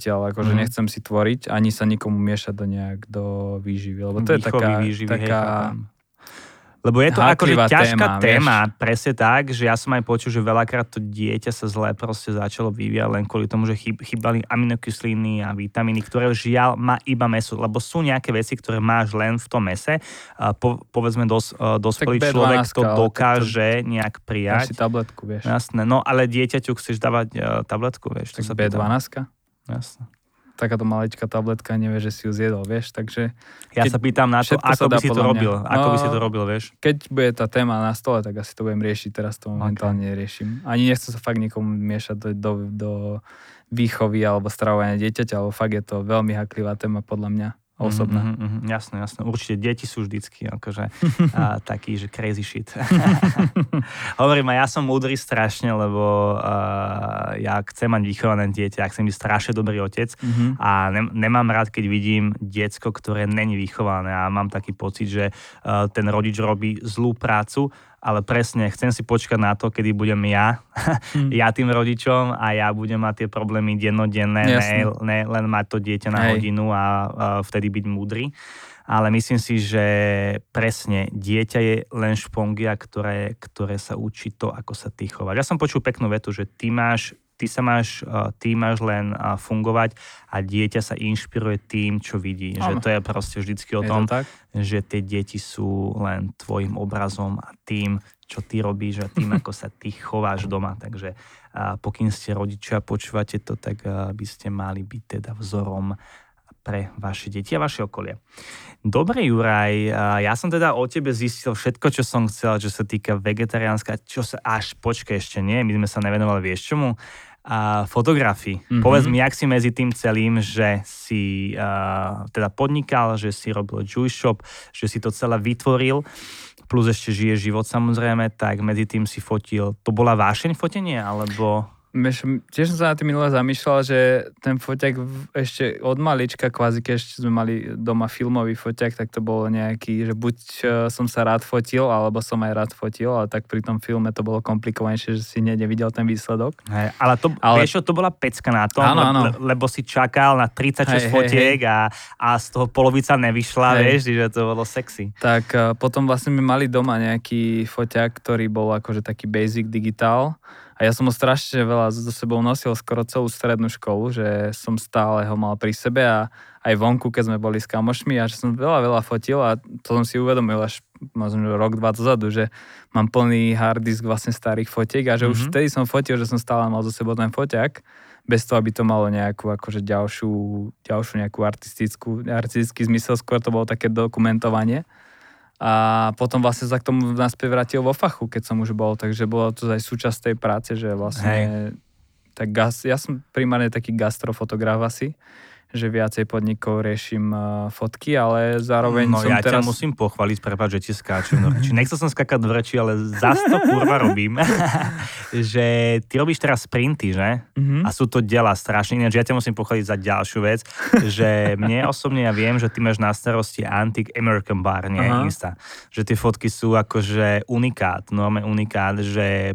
zatiaľ, akože nechcem si tvoriť, ani sa nikomu miešať do výživy, lebo to je taká lebo je to akože ťažká téma, vieš? presne tak, že ja som aj počul, že veľakrát to dieťa sa zle proste začalo vyvíjať len kvôli tomu, že chýbali aminokysliny a vitamíny, ktoré žiaľ má iba mäso, lebo sú nejaké veci, ktoré máš len v tom mäse. Povedzme, dospelý človek to dokáže nejak prijať. Dáš si tabletku, vieš. Jasné, no ale dieťaťu chceš dávať tabletku, vieš. Tak B12? Jasné. Takáto maličká tabletka, nevie, že si ju zjedol, vieš, takže... Ja sa pýtam na to, ako by si to robil, vieš. Keď bude tá téma na stole, tak asi to budem riešiť, teraz to momentálne neriešim. Ani nechcem sa fakt nikomu miešať do výchovy alebo stravovania dieťaťa, alebo fakt je to veľmi haklivá téma podľa mňa. Osobná. Jasné. Určite deti sú vždycky akože taký, že crazy shit. Hovorím, ja som múdry strašne, lebo ja chcem mať vychované dieťa, ja chcem byť strašne dobrý otec a nemám rád, keď vidím diecko, ktoré není vychované a mám taký pocit, že ten rodič robí zlú prácu, ale presne, chcem si počkať na to, kedy budem ja tým rodičom a ja budem mať tie problémy dennodenné, ne len mať to dieťa na hodinu a vtedy byť múdry. Ale myslím si, že presne, dieťa je len špongia, ktoré sa učí to, ako sa ty chováš. Ja som počul peknú vetu, že ty máš len fungovať a dieťa sa inšpiruje tým, čo vidí. Že to je proste vždycky o tom, že tie deti sú len tvojim obrazom a tým, čo ty robíš a tým, ako sa ty chováš doma. Takže pokým ste rodičia, počúvate to, tak by ste mali byť teda vzorom pre vaše deti a vaše okolie. Dobre, Juraj, ja som teda o tebe zistil všetko, čo som chcel, čo sa týka vegetariánska, počkaj, ešte nie, my sme sa nevenovali, vieš čomu? Fotografii. Povedz mi, jak si medzi tým celým, že si teda podnikal, že si robil Juice Shop, že si to celé vytvoril, plus ešte žije život samozrejme, tak medzi tým si fotil. To bola vášeň fotenie, alebo... Tiež som sa na tým minule zamýšľal, že ten foťak ešte od malička, kvázi keď ešte sme mali doma filmový foťak, tak to bolo nejaký, že buď som sa rád fotil, alebo som aj rád fotil, ale tak pri tom filme to bolo komplikovanejšie, že si nevidel ten výsledok. Hej, ale vieš, to bola pecka na tom, lebo si čakal na 36 fotiek a z toho polovica nevyšla, vieš, že to bolo sexy. Tak potom vlastne my mali doma nejaký foťak, ktorý bol akože taký basic digitál. A ja som ho strašne veľa so sebou nosil skoro celú strednú školu, že som stále ho mal pri sebe a aj vonku, keď sme boli s kamošmi a že som veľa fotil a to som si uvedomil až možno rok, 2 dozadu, že mám plný hard disk vlastne starých fotiek a že už vtedy som fotil, že som stále mal so sebou ten foťak, bez toho, aby to malo nejakú akože ďalšiu nejakú artistický zmysel, skôr to bolo také dokumentovanie. A potom vlastne sa k tomu naspäť vrátil vo fachu, keď som už bol, takže bolo to aj súčasť tej práce, že vlastne ja som primárne taký gastrofotograf asi, že viacej podnikov riešim fotky, ale zároveň som ja teraz... ťa musím pochváliť, prepáč, že ti skáčem do reči. Nechcel som skákať do reči, ale zas to kurva robím. Že ty robíš teraz sprinty, že? A sú to diela strašne. Ináč ja ťa musím pochváliť za ďalšiu vec, že mne osobne ja viem, že ty máš na starosti Antique American Bar, nie Insta. Že tie fotky sú akože unikát, normálne unikát, že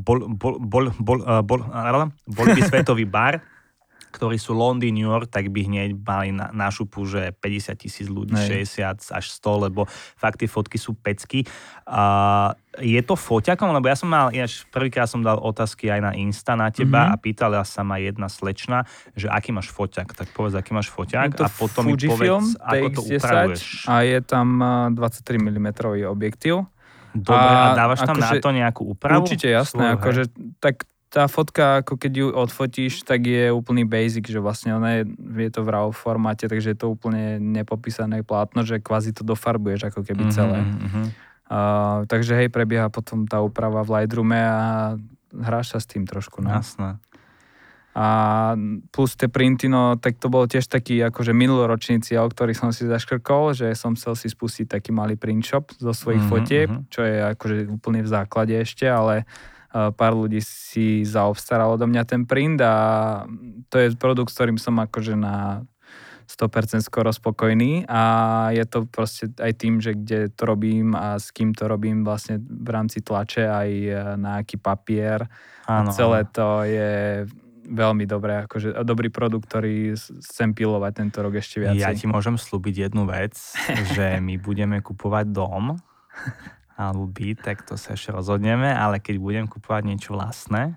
boli by svetový bar, ktorí sú Londýn, New York, tak by hneď mali na šupu, že 50,000 ľudí, 60 až 100, lebo fakt tie fotky sú pecky. Je to foťakom? Lebo ja som mal, prvýkrát som dal otázky aj na Insta na teba a pýtala sa ma jedna slečna, že aký máš foťak. Tak povedz, aký máš foťak a potom mi povedz, ako to upravuješ. A je tam 23 mm objektív. Dobre, a dávaš tam na to nejakú úpravu? Určite, jasné. Akože, tak tá fotka, ako keď ju odfotíš, tak je úplný basic, že vlastne ona je to v RAW formáte, takže je to úplne nepopísané plátno, že kvázi to dofarbuješ ako keby celé. Takže hej, prebieha potom tá úprava v Lightroome a hráš sa s tým trošku. No. Jasné. A plus tie printy, no tak to bol tiež taký akože minuloročný cieľ, ktorý som si zaškrkol, že som chcel si spustiť taký malý print shop zo svojich fotieb, čo je akože úplne v základe ešte, ale pár ľudí si zaobstaralo do mňa ten print a to je produkt, s ktorým som akože na 100% skoro spokojný a je to proste aj tým, že kde to robím a s kým to robím vlastne v rámci tlače aj na aký papier. Áno, celé to je veľmi dobré, akože dobrý produkt, ktorý chcem pilovať tento rok ešte viacej. Ja ti môžem slúbiť jednu vec, že my budeme kupovať dom alebo byt, tak to sa ešte rozhodneme, ale keď budem kupovať niečo vlastné,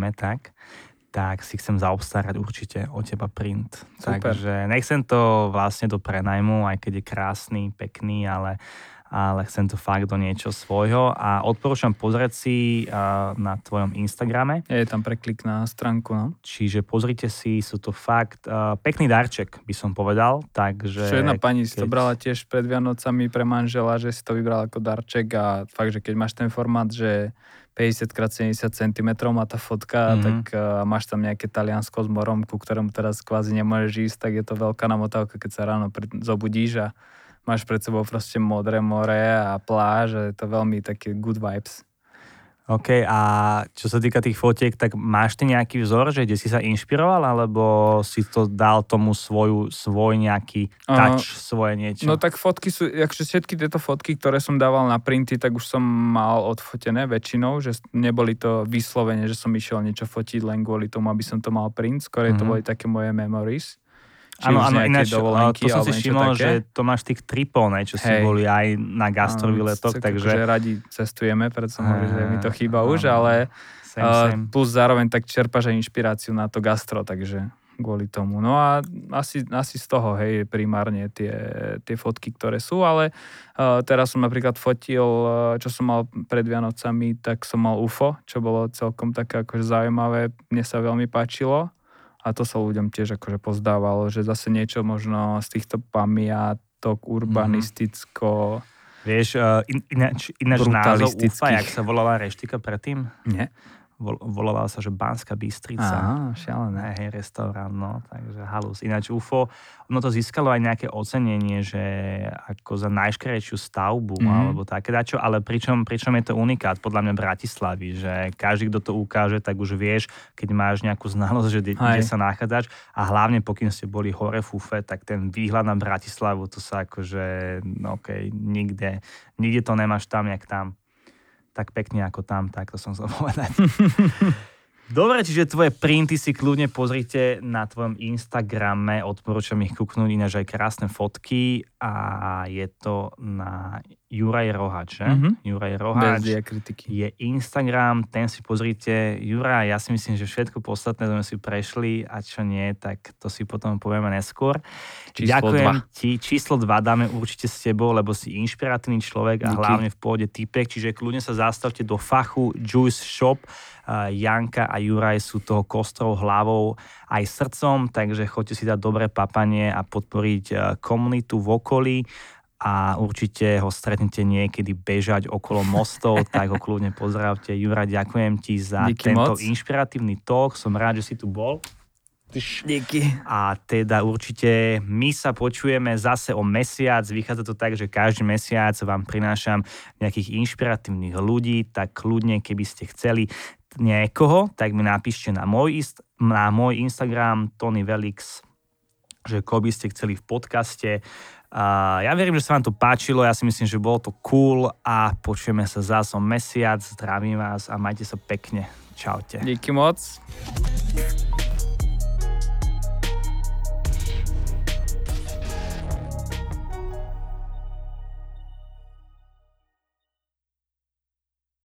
tak si chcem zaobstarať určite od teba print. Super. Takže nechcem to vlastne do prenajmu, aj keď je krásny, pekný, ale chcem to fakt do niečo svojho a odporúčam pozrieť si na tvojom Instagrame. Je tam preklik na stránku, no. Čiže pozrite si, sú to fakt pekný darček, by som povedal. Takže Čo jedna pani si to brala tiež pred Vianocami pre manžela, že si to vybral ako darček a fakt, že keď máš ten formát, že 50x70 cm má tá fotka, tak máš tam nejaké Taliansko s morom, ku ktorému teraz kvázi nemôžeš ísť, tak je to veľká namotávka, keď sa ráno zobudíš a máš pred sebou proste modré more a pláž a je to veľmi také good vibes. OK, a čo sa týka tých fotiek, tak máš ty nejaký vzor, že kde si sa inšpiroval, alebo si to dal tomu svoj nejaký touch, svoje niečo? No tak fotky sú, akože všetky tieto fotky, ktoré som dával na printy, tak už som mal odfotené väčšinou, že neboli to vyslovene, že som išiel niečo fotiť len kvôli tomu, aby som to mal print, skôr to boli také moje memories. Áno, ináč, to som si všimol, že to máš tých tripov, čo si boli aj na gastrovýletoch, takže... Že radi cestujeme, preto som hovoril, že mi to chýba už, ale plus zároveň tak čerpaš aj inšpiráciu na to gastro, takže kvôli tomu. No a asi z toho, hej, primárne tie fotky, ktoré sú, ale teraz som napríklad fotil, čo som mal pred Vianocami, tak som mal UFO, čo bolo celkom také akože zaujímavé, mne sa veľmi páčilo. A to sa ľuďom tiež akože pozdávalo, že zase niečo možno z týchto pamiatok urbanisticko... Vieš, ináč názov UFA, jak sa volala reštika predtým? Nie. Volala sa, že Banská Bystrica. Šialené. Hej, restaurant, no, takže halus. Ináč UFO, ono to získalo aj nejaké ocenenie, že ako za najškrejšiu stavbu, alebo také dačo, ale pričom je to unikát podľa mňa Bratislavy, že každý, kto to ukáže, tak už vieš, keď máš nejakú znalosť, že kde sa nachádzaš a hlavne pokým ste boli hore v UFE, tak ten výhľad na Bratislavu, to sa akože, no okej, nikde to nemáš tam, jak tam. Tak pekne ako tam, tak to som chcel povedať. Dobre, čiže tvoje printy si kľudne pozrite na tvojom Instagrame, odporúčam ich kúknúť, ináč aj krásne fotky a je to na Juraj Rohač, že? Juraj Rohač bez diakritiky. Je Instagram, ten si pozrite. Juraj, ja si myslím, že všetko podstatné sme si prešli a čo nie, tak to si potom povieme neskôr. Ďakujem ti. Číslo 2 dáme určite s tebou, lebo si inšpiratívny človek a hlavne v pôde typek, čiže kľudne sa zastavte do fachu Juice Shop. Janka a Juraj sú toho kostrou hlavou aj srdcom, takže choďte si dať dobré papanie a podporiť komunitu v okolí a určite ho stretnete niekedy bežať okolo mostov, tak ho kľudne pozdravte. Juraj, ďakujem ti za tento inšpiratívny talk, som rád, že si tu bol. Díky. A teda určite my sa počujeme zase o mesiac. Vychádza to tak, že každý mesiac vám prinášam nejakých inšpiratívnych ľudí, tak kľudne, keby ste chceli niekoho, tak mi napíšte na môj Instagram Tony Velix, že koho by ste chceli v podcaste. Ja verím, že sa vám to páčilo, ja si myslím, že bolo to cool a počujeme sa zase o mesiac. Zdravím vás a majte sa pekne. Čaute. Díky moc.